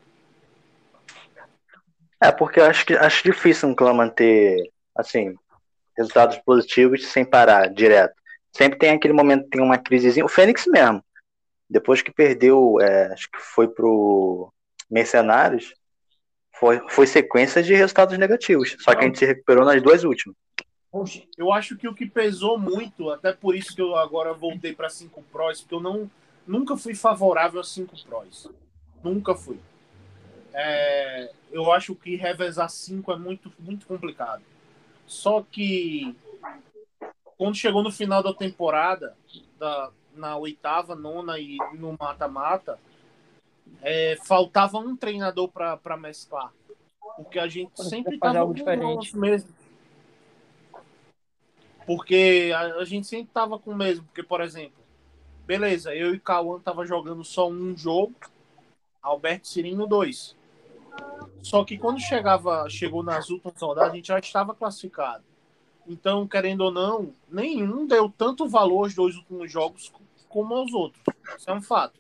Porque eu acho difícil um clã manter, assim, resultados positivos sem parar direto. Sempre tem aquele momento que tem uma crisezinha. O Fênix mesmo, depois que perdeu, acho que foi pro Mercenários, foi sequência de resultados negativos. Só que a gente se recuperou nas 2 últimas. Eu acho que o que pesou muito, até por isso que eu agora voltei para 5 Pros, porque eu nunca fui favorável a 5 Pros. Nunca fui. Eu acho que revezar 5 é muito, muito complicado. Só que quando chegou no final da temporada, na 8ª, 9ª e no mata-mata, faltava um treinador para mesclar. Porque a gente sempre estava com diferente mesmo. Porque a gente sempre estava com o mesmo. Porque, por exemplo, beleza, eu e Cauã tava jogando só um jogo, Alberto Cirino 2. Só que quando chegou nas últimas rodadas, a gente já estava classificado. Então, querendo ou não, nenhum deu tanto valor aos 2 últimos jogos como aos outros. Isso é um fato.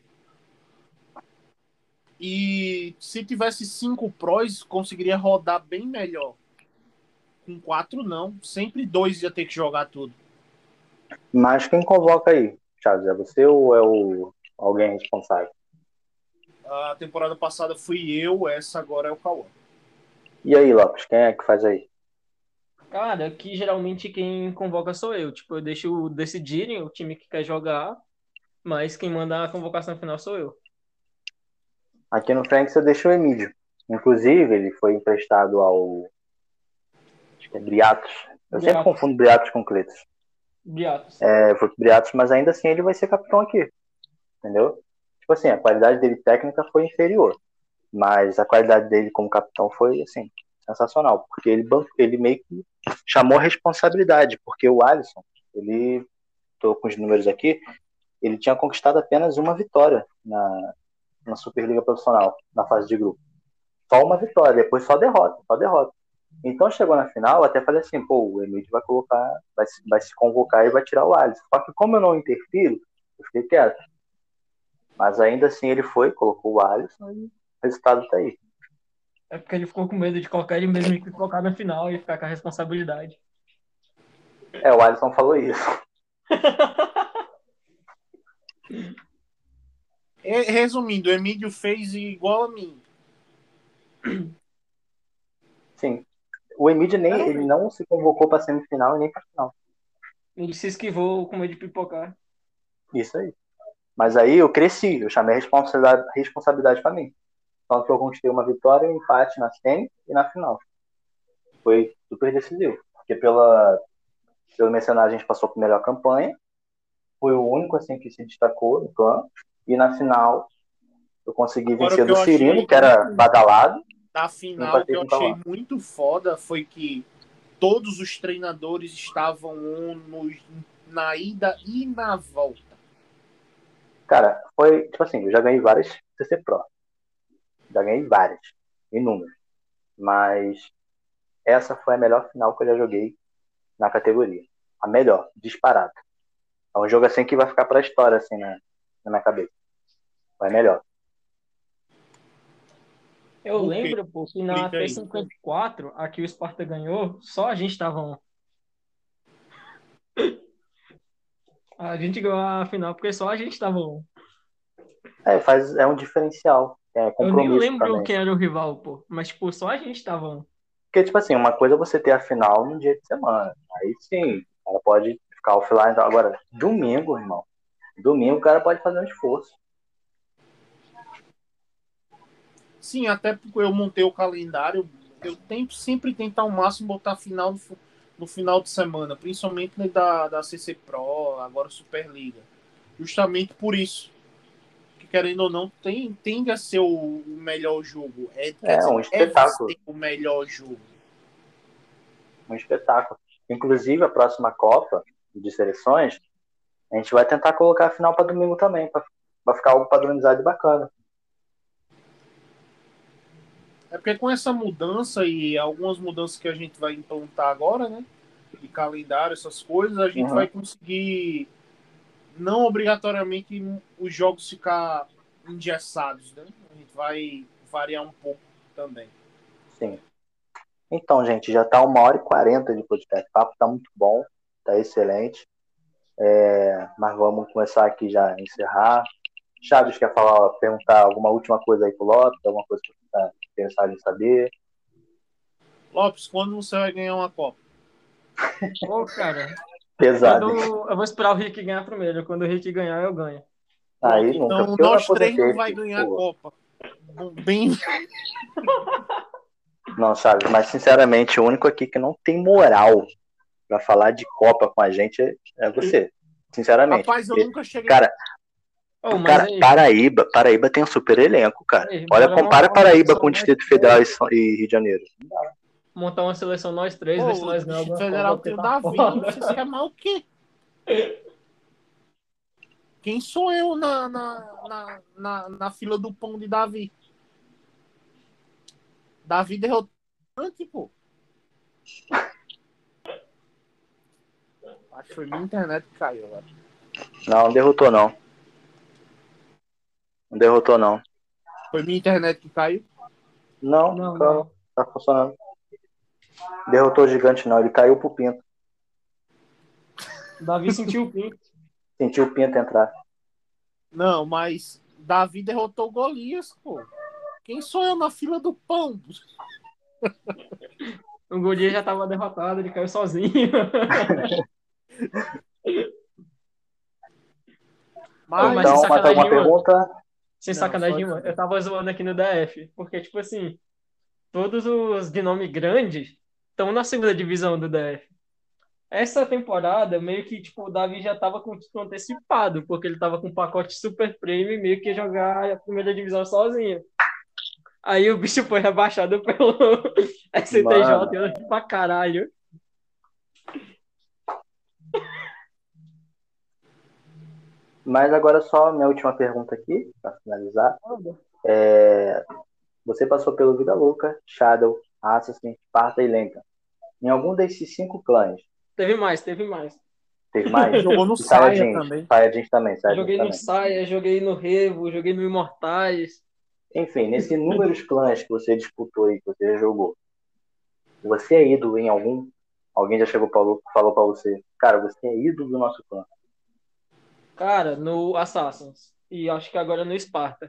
E se tivesse 5 Pros, conseguiria rodar bem melhor. Com 4, não. Sempre 2 ia ter que jogar tudo. Mas quem convoca aí, Chaves? É você ou é alguém responsável? A temporada passada fui eu, essa agora é o Cauã. E aí, Lopes, quem é que faz aí? Cara, aqui geralmente quem convoca sou eu. Tipo, eu deixo decidirem o time que quer jogar, mas quem manda a convocação final sou eu. Aqui no Fênix eu deixo o Emílio. Inclusive, ele foi emprestado ao... Acho que é Briatos. Eu sempre confundo Briatos com Cletos. Briatos. Foi pro Briatos, mas ainda assim ele vai ser capitão aqui. Entendeu? Tipo assim, a qualidade dele técnica foi inferior. Mas a qualidade dele como capitão foi, assim, sensacional. Porque ele meio que chamou a responsabilidade. Porque o Alisson, tô com os números aqui, ele tinha conquistado apenas uma vitória na Superliga Profissional, na fase de grupo. Só uma vitória, depois só derrota. Então chegou na final, até falei assim, o Emílio vai se convocar e vai tirar o Alisson. Só que como eu não interfiro, eu fiquei quieto. Mas ainda assim ele colocou o Alisson e o resultado tá aí. É porque ele ficou com medo de colocar ele mesmo e colocar na final e ficar com a responsabilidade. O Alisson falou isso. Resumindo, o Emílio fez igual a mim. Sim. O Emílio ele não se convocou para semifinal e nem para final. Ele se esquivou com medo de pipocar. Isso aí. Mas aí eu cresci, eu chamei a responsabilidade para mim. Tanto que eu conquistei uma vitória e um empate na semi e na final. Foi super decisivo. Porque pelo Mercenário a gente passou por melhor campanha. Foi o único assim que se destacou no clã. E na final eu consegui vencer do Cirino, que era badalado. Na final, o que Empatei eu com o achei Calma. muito foda foi que todos os treinadores estavam na ida e na volta. Cara, foi, tipo assim, eu já ganhei várias CC Pro. Já ganhei várias, inúmeras. Mas essa foi a melhor final que eu já joguei na categoria. A melhor, disparado. É um jogo assim que vai ficar pra história, assim, na minha cabeça. Foi a melhor. Eu Por quê? lembro, pô, que na Explica aí. T54, a que o Sparta ganhou, só a gente tava on. A gente ganhou a final porque só a gente tava on. É um diferencial. É Eu nem compromisso lembro também. quem era o rival, pô. Mas, tipo, só a gente tava on. Porque, tipo assim, uma coisa é você ter a final no dia de semana. Aí sim, o cara pode ficar offline. Então, agora, domingo, irmão. Domingo o cara pode fazer um esforço. Sim, até porque eu montei o calendário, eu tento sempre tentar ao máximo botar a final no final de semana, principalmente da CC Pro, agora Superliga. Justamente por isso. Que querendo ou não, tende a ser o melhor jogo. Quer É dizer, um deve espetáculo. ser o melhor jogo. Um espetáculo. Inclusive, a próxima Copa de Seleções, a gente vai tentar colocar a final para domingo também, para ficar algo padronizado e bacana. É porque com essa mudança e algumas mudanças que a gente vai implantar agora, né? De calendário, essas coisas, a gente vai Uhum. conseguir não obrigatoriamente os jogos ficar engessados, né? A gente vai variar um pouco também. Sim. Então, gente, já tá 1h40 de podcast. O papo tá muito bom, tá excelente. Mas vamos começar aqui já a encerrar. Chaves quer falar, perguntar alguma última coisa aí pro Lopes, alguma coisa que você tá interessado em saber? Lopes, quando você vai ganhar uma Copa? Ô, cara, Pesado, hein? eu vou esperar o Rick ganhar primeiro. Quando o Rick ganhar, eu ganho. Aí Pronto, nunca, então porque eu não nós três não aposentei, vai filho. ganhar a Pô. Copa. Bem, Não, Chaves, mas sinceramente, o único aqui que não tem moral pra falar de Copa com a gente é você. Sinceramente. rapaz, eu Porque, nunca cheguei. cara, Ô, mas cara, aí, Paraíba tem um super elenco, cara. aí, Olha, bora compara montar uma Paraíba seleção com o nós Distrito Federal três. e Rio de Janeiro. Montar uma seleção nós três, ver se Pô, o nós ganhamos Distrito alguma Federal Copa, tem porque o tá Davi. foda. Vocês querem mais o quê? Quem sou eu na fila do pão de Davi? Davi derrotou antes, pô. Acho que foi minha internet que caiu, velho. Não derrotou não. Não derrotou não. Foi minha internet que caiu. Não, Não, calma, não. tá funcionando. Derrotou o gigante não, ele caiu pro Pinto. Davi sentiu o pinto. Sentiu o Pinto entrar. Não, mas Davi derrotou Golias, pô. Quem sou eu na fila do pão? O Golias já tava derrotado, ele caiu sozinho. Ô, mas sem Então, mais sacanagem alguma nenhuma, pergunta? sem Não, sacanagem só isso nenhuma, eu mesmo. tava zoando aqui no DF, porque, tipo assim, todos os de nome grande estão na segunda divisão do DF. Essa temporada, meio que, tipo, o Davi já tava com título antecipado, porque ele tava com um pacote super premium e meio que ia jogar a primeira divisão sozinho. Aí o bicho foi rebaixado pelo STJ, Mano, eu ri pra caralho. mas agora só minha última pergunta aqui, para finalizar. Você passou pelo Vida Louca, Shadow, Assassin, Sparta e Lenka. Em algum desses 5 clãs, Teve mais, teve mais. teve mais? Jogou no E Saia Saiyajins. também. Saiyajins também, Saiyajins Joguei no também. Saia, joguei no Revo, joguei no Imortais. Enfim, nesses inúmeros clãs que você disputou e que você já jogou, você é ídolo em algum? Alguém já chegou falou pra você, cara, você é ídolo do nosso clã. Cara, no Assassins. E acho que agora no Sparta.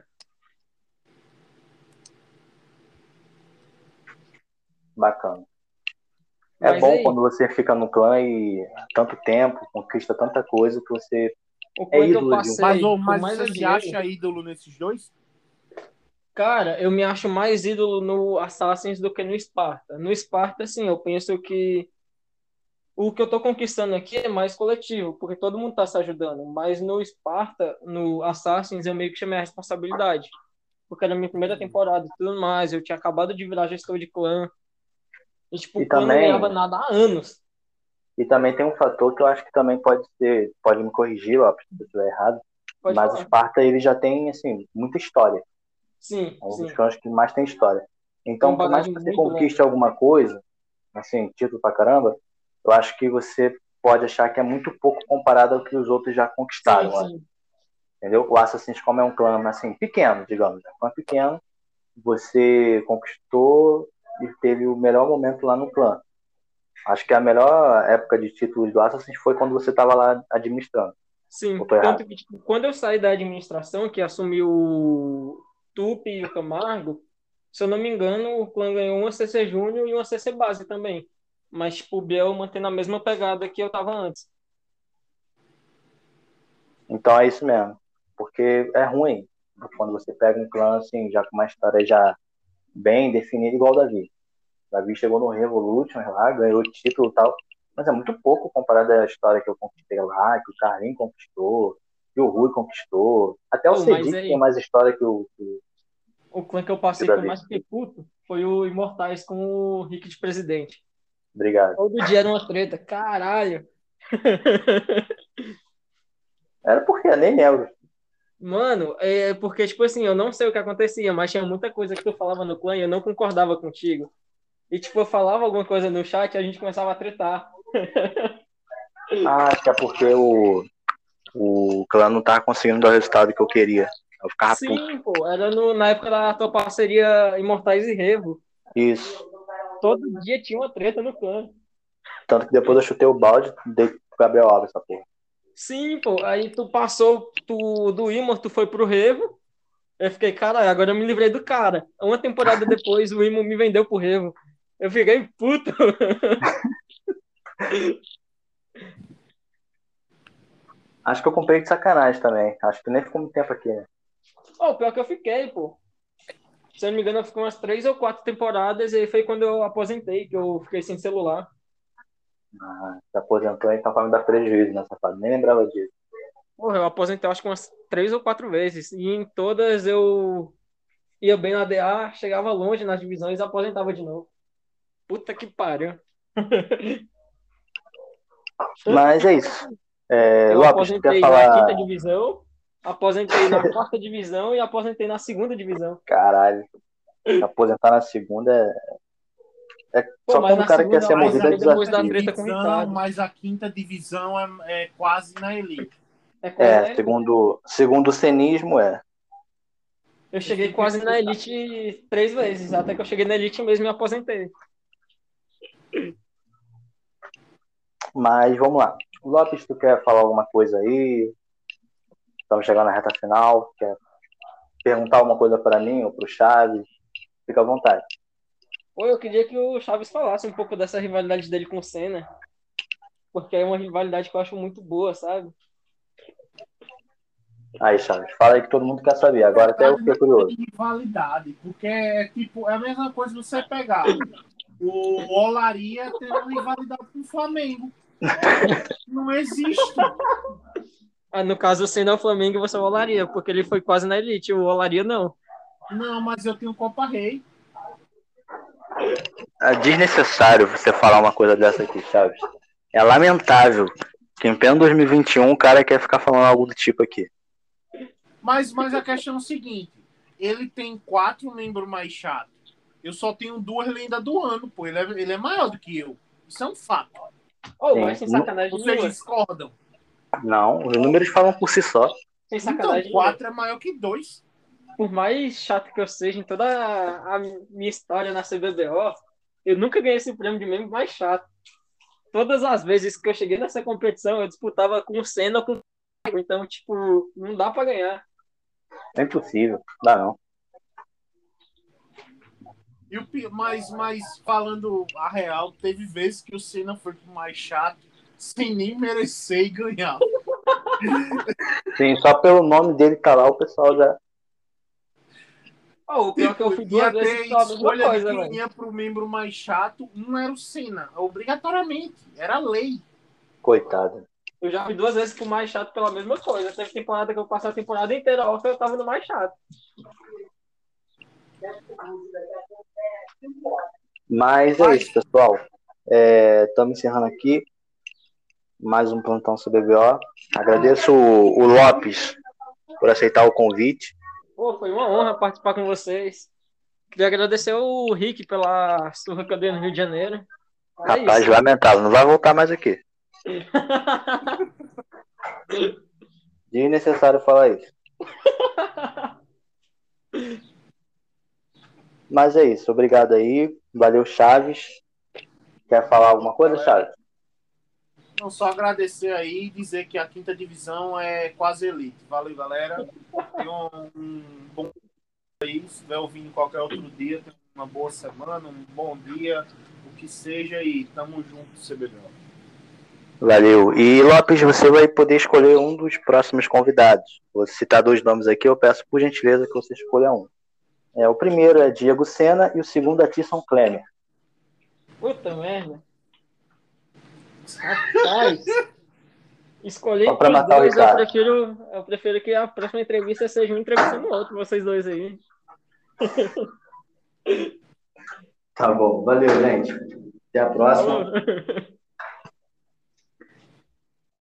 Bacana. É Mas bom aí, quando você fica no clã e há tanto tempo, conquista tanta coisa que você o é clã que eu ídolo de um. Mas, passei, que eu mas mais você se odiei. acha ídolo nesses dois? Cara, eu me acho mais ídolo no Assassins do que no Sparta. No Sparta, assim, eu penso que o que eu tô conquistando aqui é mais coletivo, porque todo mundo tá se ajudando. Mas no Sparta, no Assassins, eu meio que chamei a responsabilidade. porque era a minha primeira temporada e tudo mais. Eu tinha acabado de virar gestor de clã. E, tipo, E o clã não ganhava também, nada há anos. e também tem um fator que eu acho que também pode ser, pode me corrigir, ó, se eu estiver errado, Pode mas o falar. Sparta ele já tem assim muita história. Sim, É um dos sim. clãs que mais tem história. Tem uma Então, por mais bagagem que você muito longa. conquiste alguma coisa, assim, título pra caramba, eu acho que você pode achar que é muito pouco comparado ao que os outros já Sim, conquistaram, ó, sim. entendeu? O Assassin's Creed é um clã assim pequeno, digamos, é um clã pequeno. Você conquistou e teve o melhor momento lá no clã. Acho que a melhor época de títulos do Assassin's foi quando você estava lá administrando. Ou Sim. tô errado? Tanto que, tipo, quando eu saí da administração, que assumiu o Tupi e o Camargo, se eu não me engano, o clã ganhou uma CC Júnior e uma CC Base também. Mas, tipo, o Biel mantendo a mesma pegada que eu tava antes. Então é isso mesmo. Porque é ruim quando você pega um clã assim, já com uma história já bem definida, igual o Davi. O Davi chegou no Revolution lá, ganhou o título e tal, mas é muito pouco comparado à história que eu conquistei lá, que o Carlinhos conquistou, que o Rui conquistou. Até o Oh, mas Cedi tem aí, mais história que o clã que eu o passei que eu Davi. mais fiquei puto foi o Imortais com o Rick de presidente. Obrigado. Todo dia era uma treta, caralho. Era porque eu nem lembro. Mano, é porque, tipo assim, eu não sei o que acontecia, mas tinha muita coisa que tu falava no clã e eu não concordava contigo. E, tipo, eu falava alguma coisa no chat e a gente começava a tretar. Ah, acho que é porque o clã não tava conseguindo dar o resultado que eu queria. Eu ficava puto. Sim, pô, era na época da tua parceria Imortais e Revo. Isso. Todo dia tinha uma treta no clã. Tanto que depois eu chutei o balde e dei pro Gabriel Alves essa porra. Sim, pô, aí tu passou do Imor, tu foi pro Revo. Eu fiquei, caralho, agora eu me livrei do cara. Uma temporada depois, o Imor me vendeu pro Revo. Eu fiquei puto. Acho que eu comprei de sacanagem também. Acho que nem ficou muito tempo aqui, né? Oh, pior que eu fiquei, pô. Se eu não me engano, eu fiquei umas 3 ou 4 temporadas e aí foi quando eu aposentei, que eu fiquei sem celular. Ah, se aposentou, então pra me dar prejuízo, né, safado? Nem lembrava disso. Porra, eu aposentei acho que umas 3 ou 4 vezes. E em todas eu ia bem na DA, chegava longe nas divisões e aposentava de novo. Puta que pariu. Tanto Mas que é isso. É, eu Lopes, tu quer aposentei na quinta falar? divisão, aposentei na quarta divisão e aposentei na segunda divisão. Caralho, aposentar na segunda é Pô, só mas quando o na cara quer segunda eu ser Mas movido a a aposentei depois quinta da desafio. treta com o divisão, Ricardo. mas a quinta divisão é quase na elite. É quase É, na elite. segundo o cenismo, é. Eu Vocês cheguei têm que quase na respeitar. elite 3 vezes, até que eu cheguei na elite mesmo e me aposentei. Mas vamos lá. Lopes, tu quer falar alguma coisa aí? Estamos chegando na reta final. Quer perguntar alguma coisa para mim ou para o Chaves? Fica à vontade. Pô, eu queria que o Chaves falasse um pouco dessa rivalidade dele com o Senna, porque é uma rivalidade que eu acho muito boa, sabe? Aí, Chaves, fala aí que todo mundo quer saber. Na Agora até eu verdade, fiquei não curioso. tem rivalidade, porque é tipo, é a mesma coisa você pegar o Olaria tendo rivalidade com o Flamengo. Não existe. Ah, no caso, o Senna é o Flamengo e você é o Olaria, porque ele foi quase na elite, o Olaria não. Não, mas eu tenho Copa Rei. É desnecessário você falar uma coisa dessa aqui, Chaves. É lamentável que em pleno 2021 o cara quer ficar falando algo do tipo aqui. Mas a questão é o seguinte: ele tem 4 membros mais chatos. Eu só tenho 2 lendas do ano, pô. Ele é maior do que eu. Isso é um fato. Oh, mas Sim. sem sacanagem Vocês nenhuma. discordam? Não, os números falam por si só. Sem Então, sacanagem nenhuma. 4 é maior que 2. Por mais chato que eu seja em toda a minha história na CBBO, eu nunca ganhei esse prêmio de membro mais chato. Todas as vezes que eu cheguei nessa competição, eu disputava com o Senna ou com o Thiago, então, tipo, não dá pra ganhar. É impossível. Dá não. Mas falando a real, teve vezes que o Senna foi pro mais chato sem nem merecer e ganhar. Sim, só pelo nome dele tá lá, o pessoal já. Oh, o pior é que eu Tipo, fui ia 2 vezes ter pela mesma escolha de coisa, quem velho. ia pro membro mais chato, um era o Senna, obrigatoriamente, era lei. Coitado. Eu já fui 2 vezes pro mais chato pela mesma coisa. Teve temporada que eu passei a temporada inteira off, eu tava no mais chato. Mas é isso, pessoal. Estamos encerrando aqui mais um plantão sobre BBO. Agradeço o Lopes por aceitar o convite. Pô, foi uma honra participar com vocês. Queria agradecer o Rick pela surra que eu dei no Rio de Janeiro. Rapaz, lamentável, não vai voltar mais aqui. Desnecessário falar isso. Mas é isso, obrigado aí. Valeu, Chaves. Quer falar alguma coisa, Chaves? Não, só agradecer aí e dizer que a quinta divisão é quase elite. Valeu, galera. Tenham um bom aí. Se estiver ouvindo qualquer outro dia, tenham uma boa semana, um bom dia, o que seja, e tamo junto, CBBO. Valeu. E Lopes, você vai poder escolher um dos próximos convidados. Vou citar 2 nomes aqui, eu peço por gentileza que você escolha um. O primeiro é Diego Sena e o segundo é Tisson Klemer. Puta merda. Rapaz. Escolher Só pra os matar o dois, Ricardo. eu prefiro que a próxima entrevista seja um entrevistando o outro, vocês dois aí. Tá bom, valeu, gente. Até a próxima. Falou.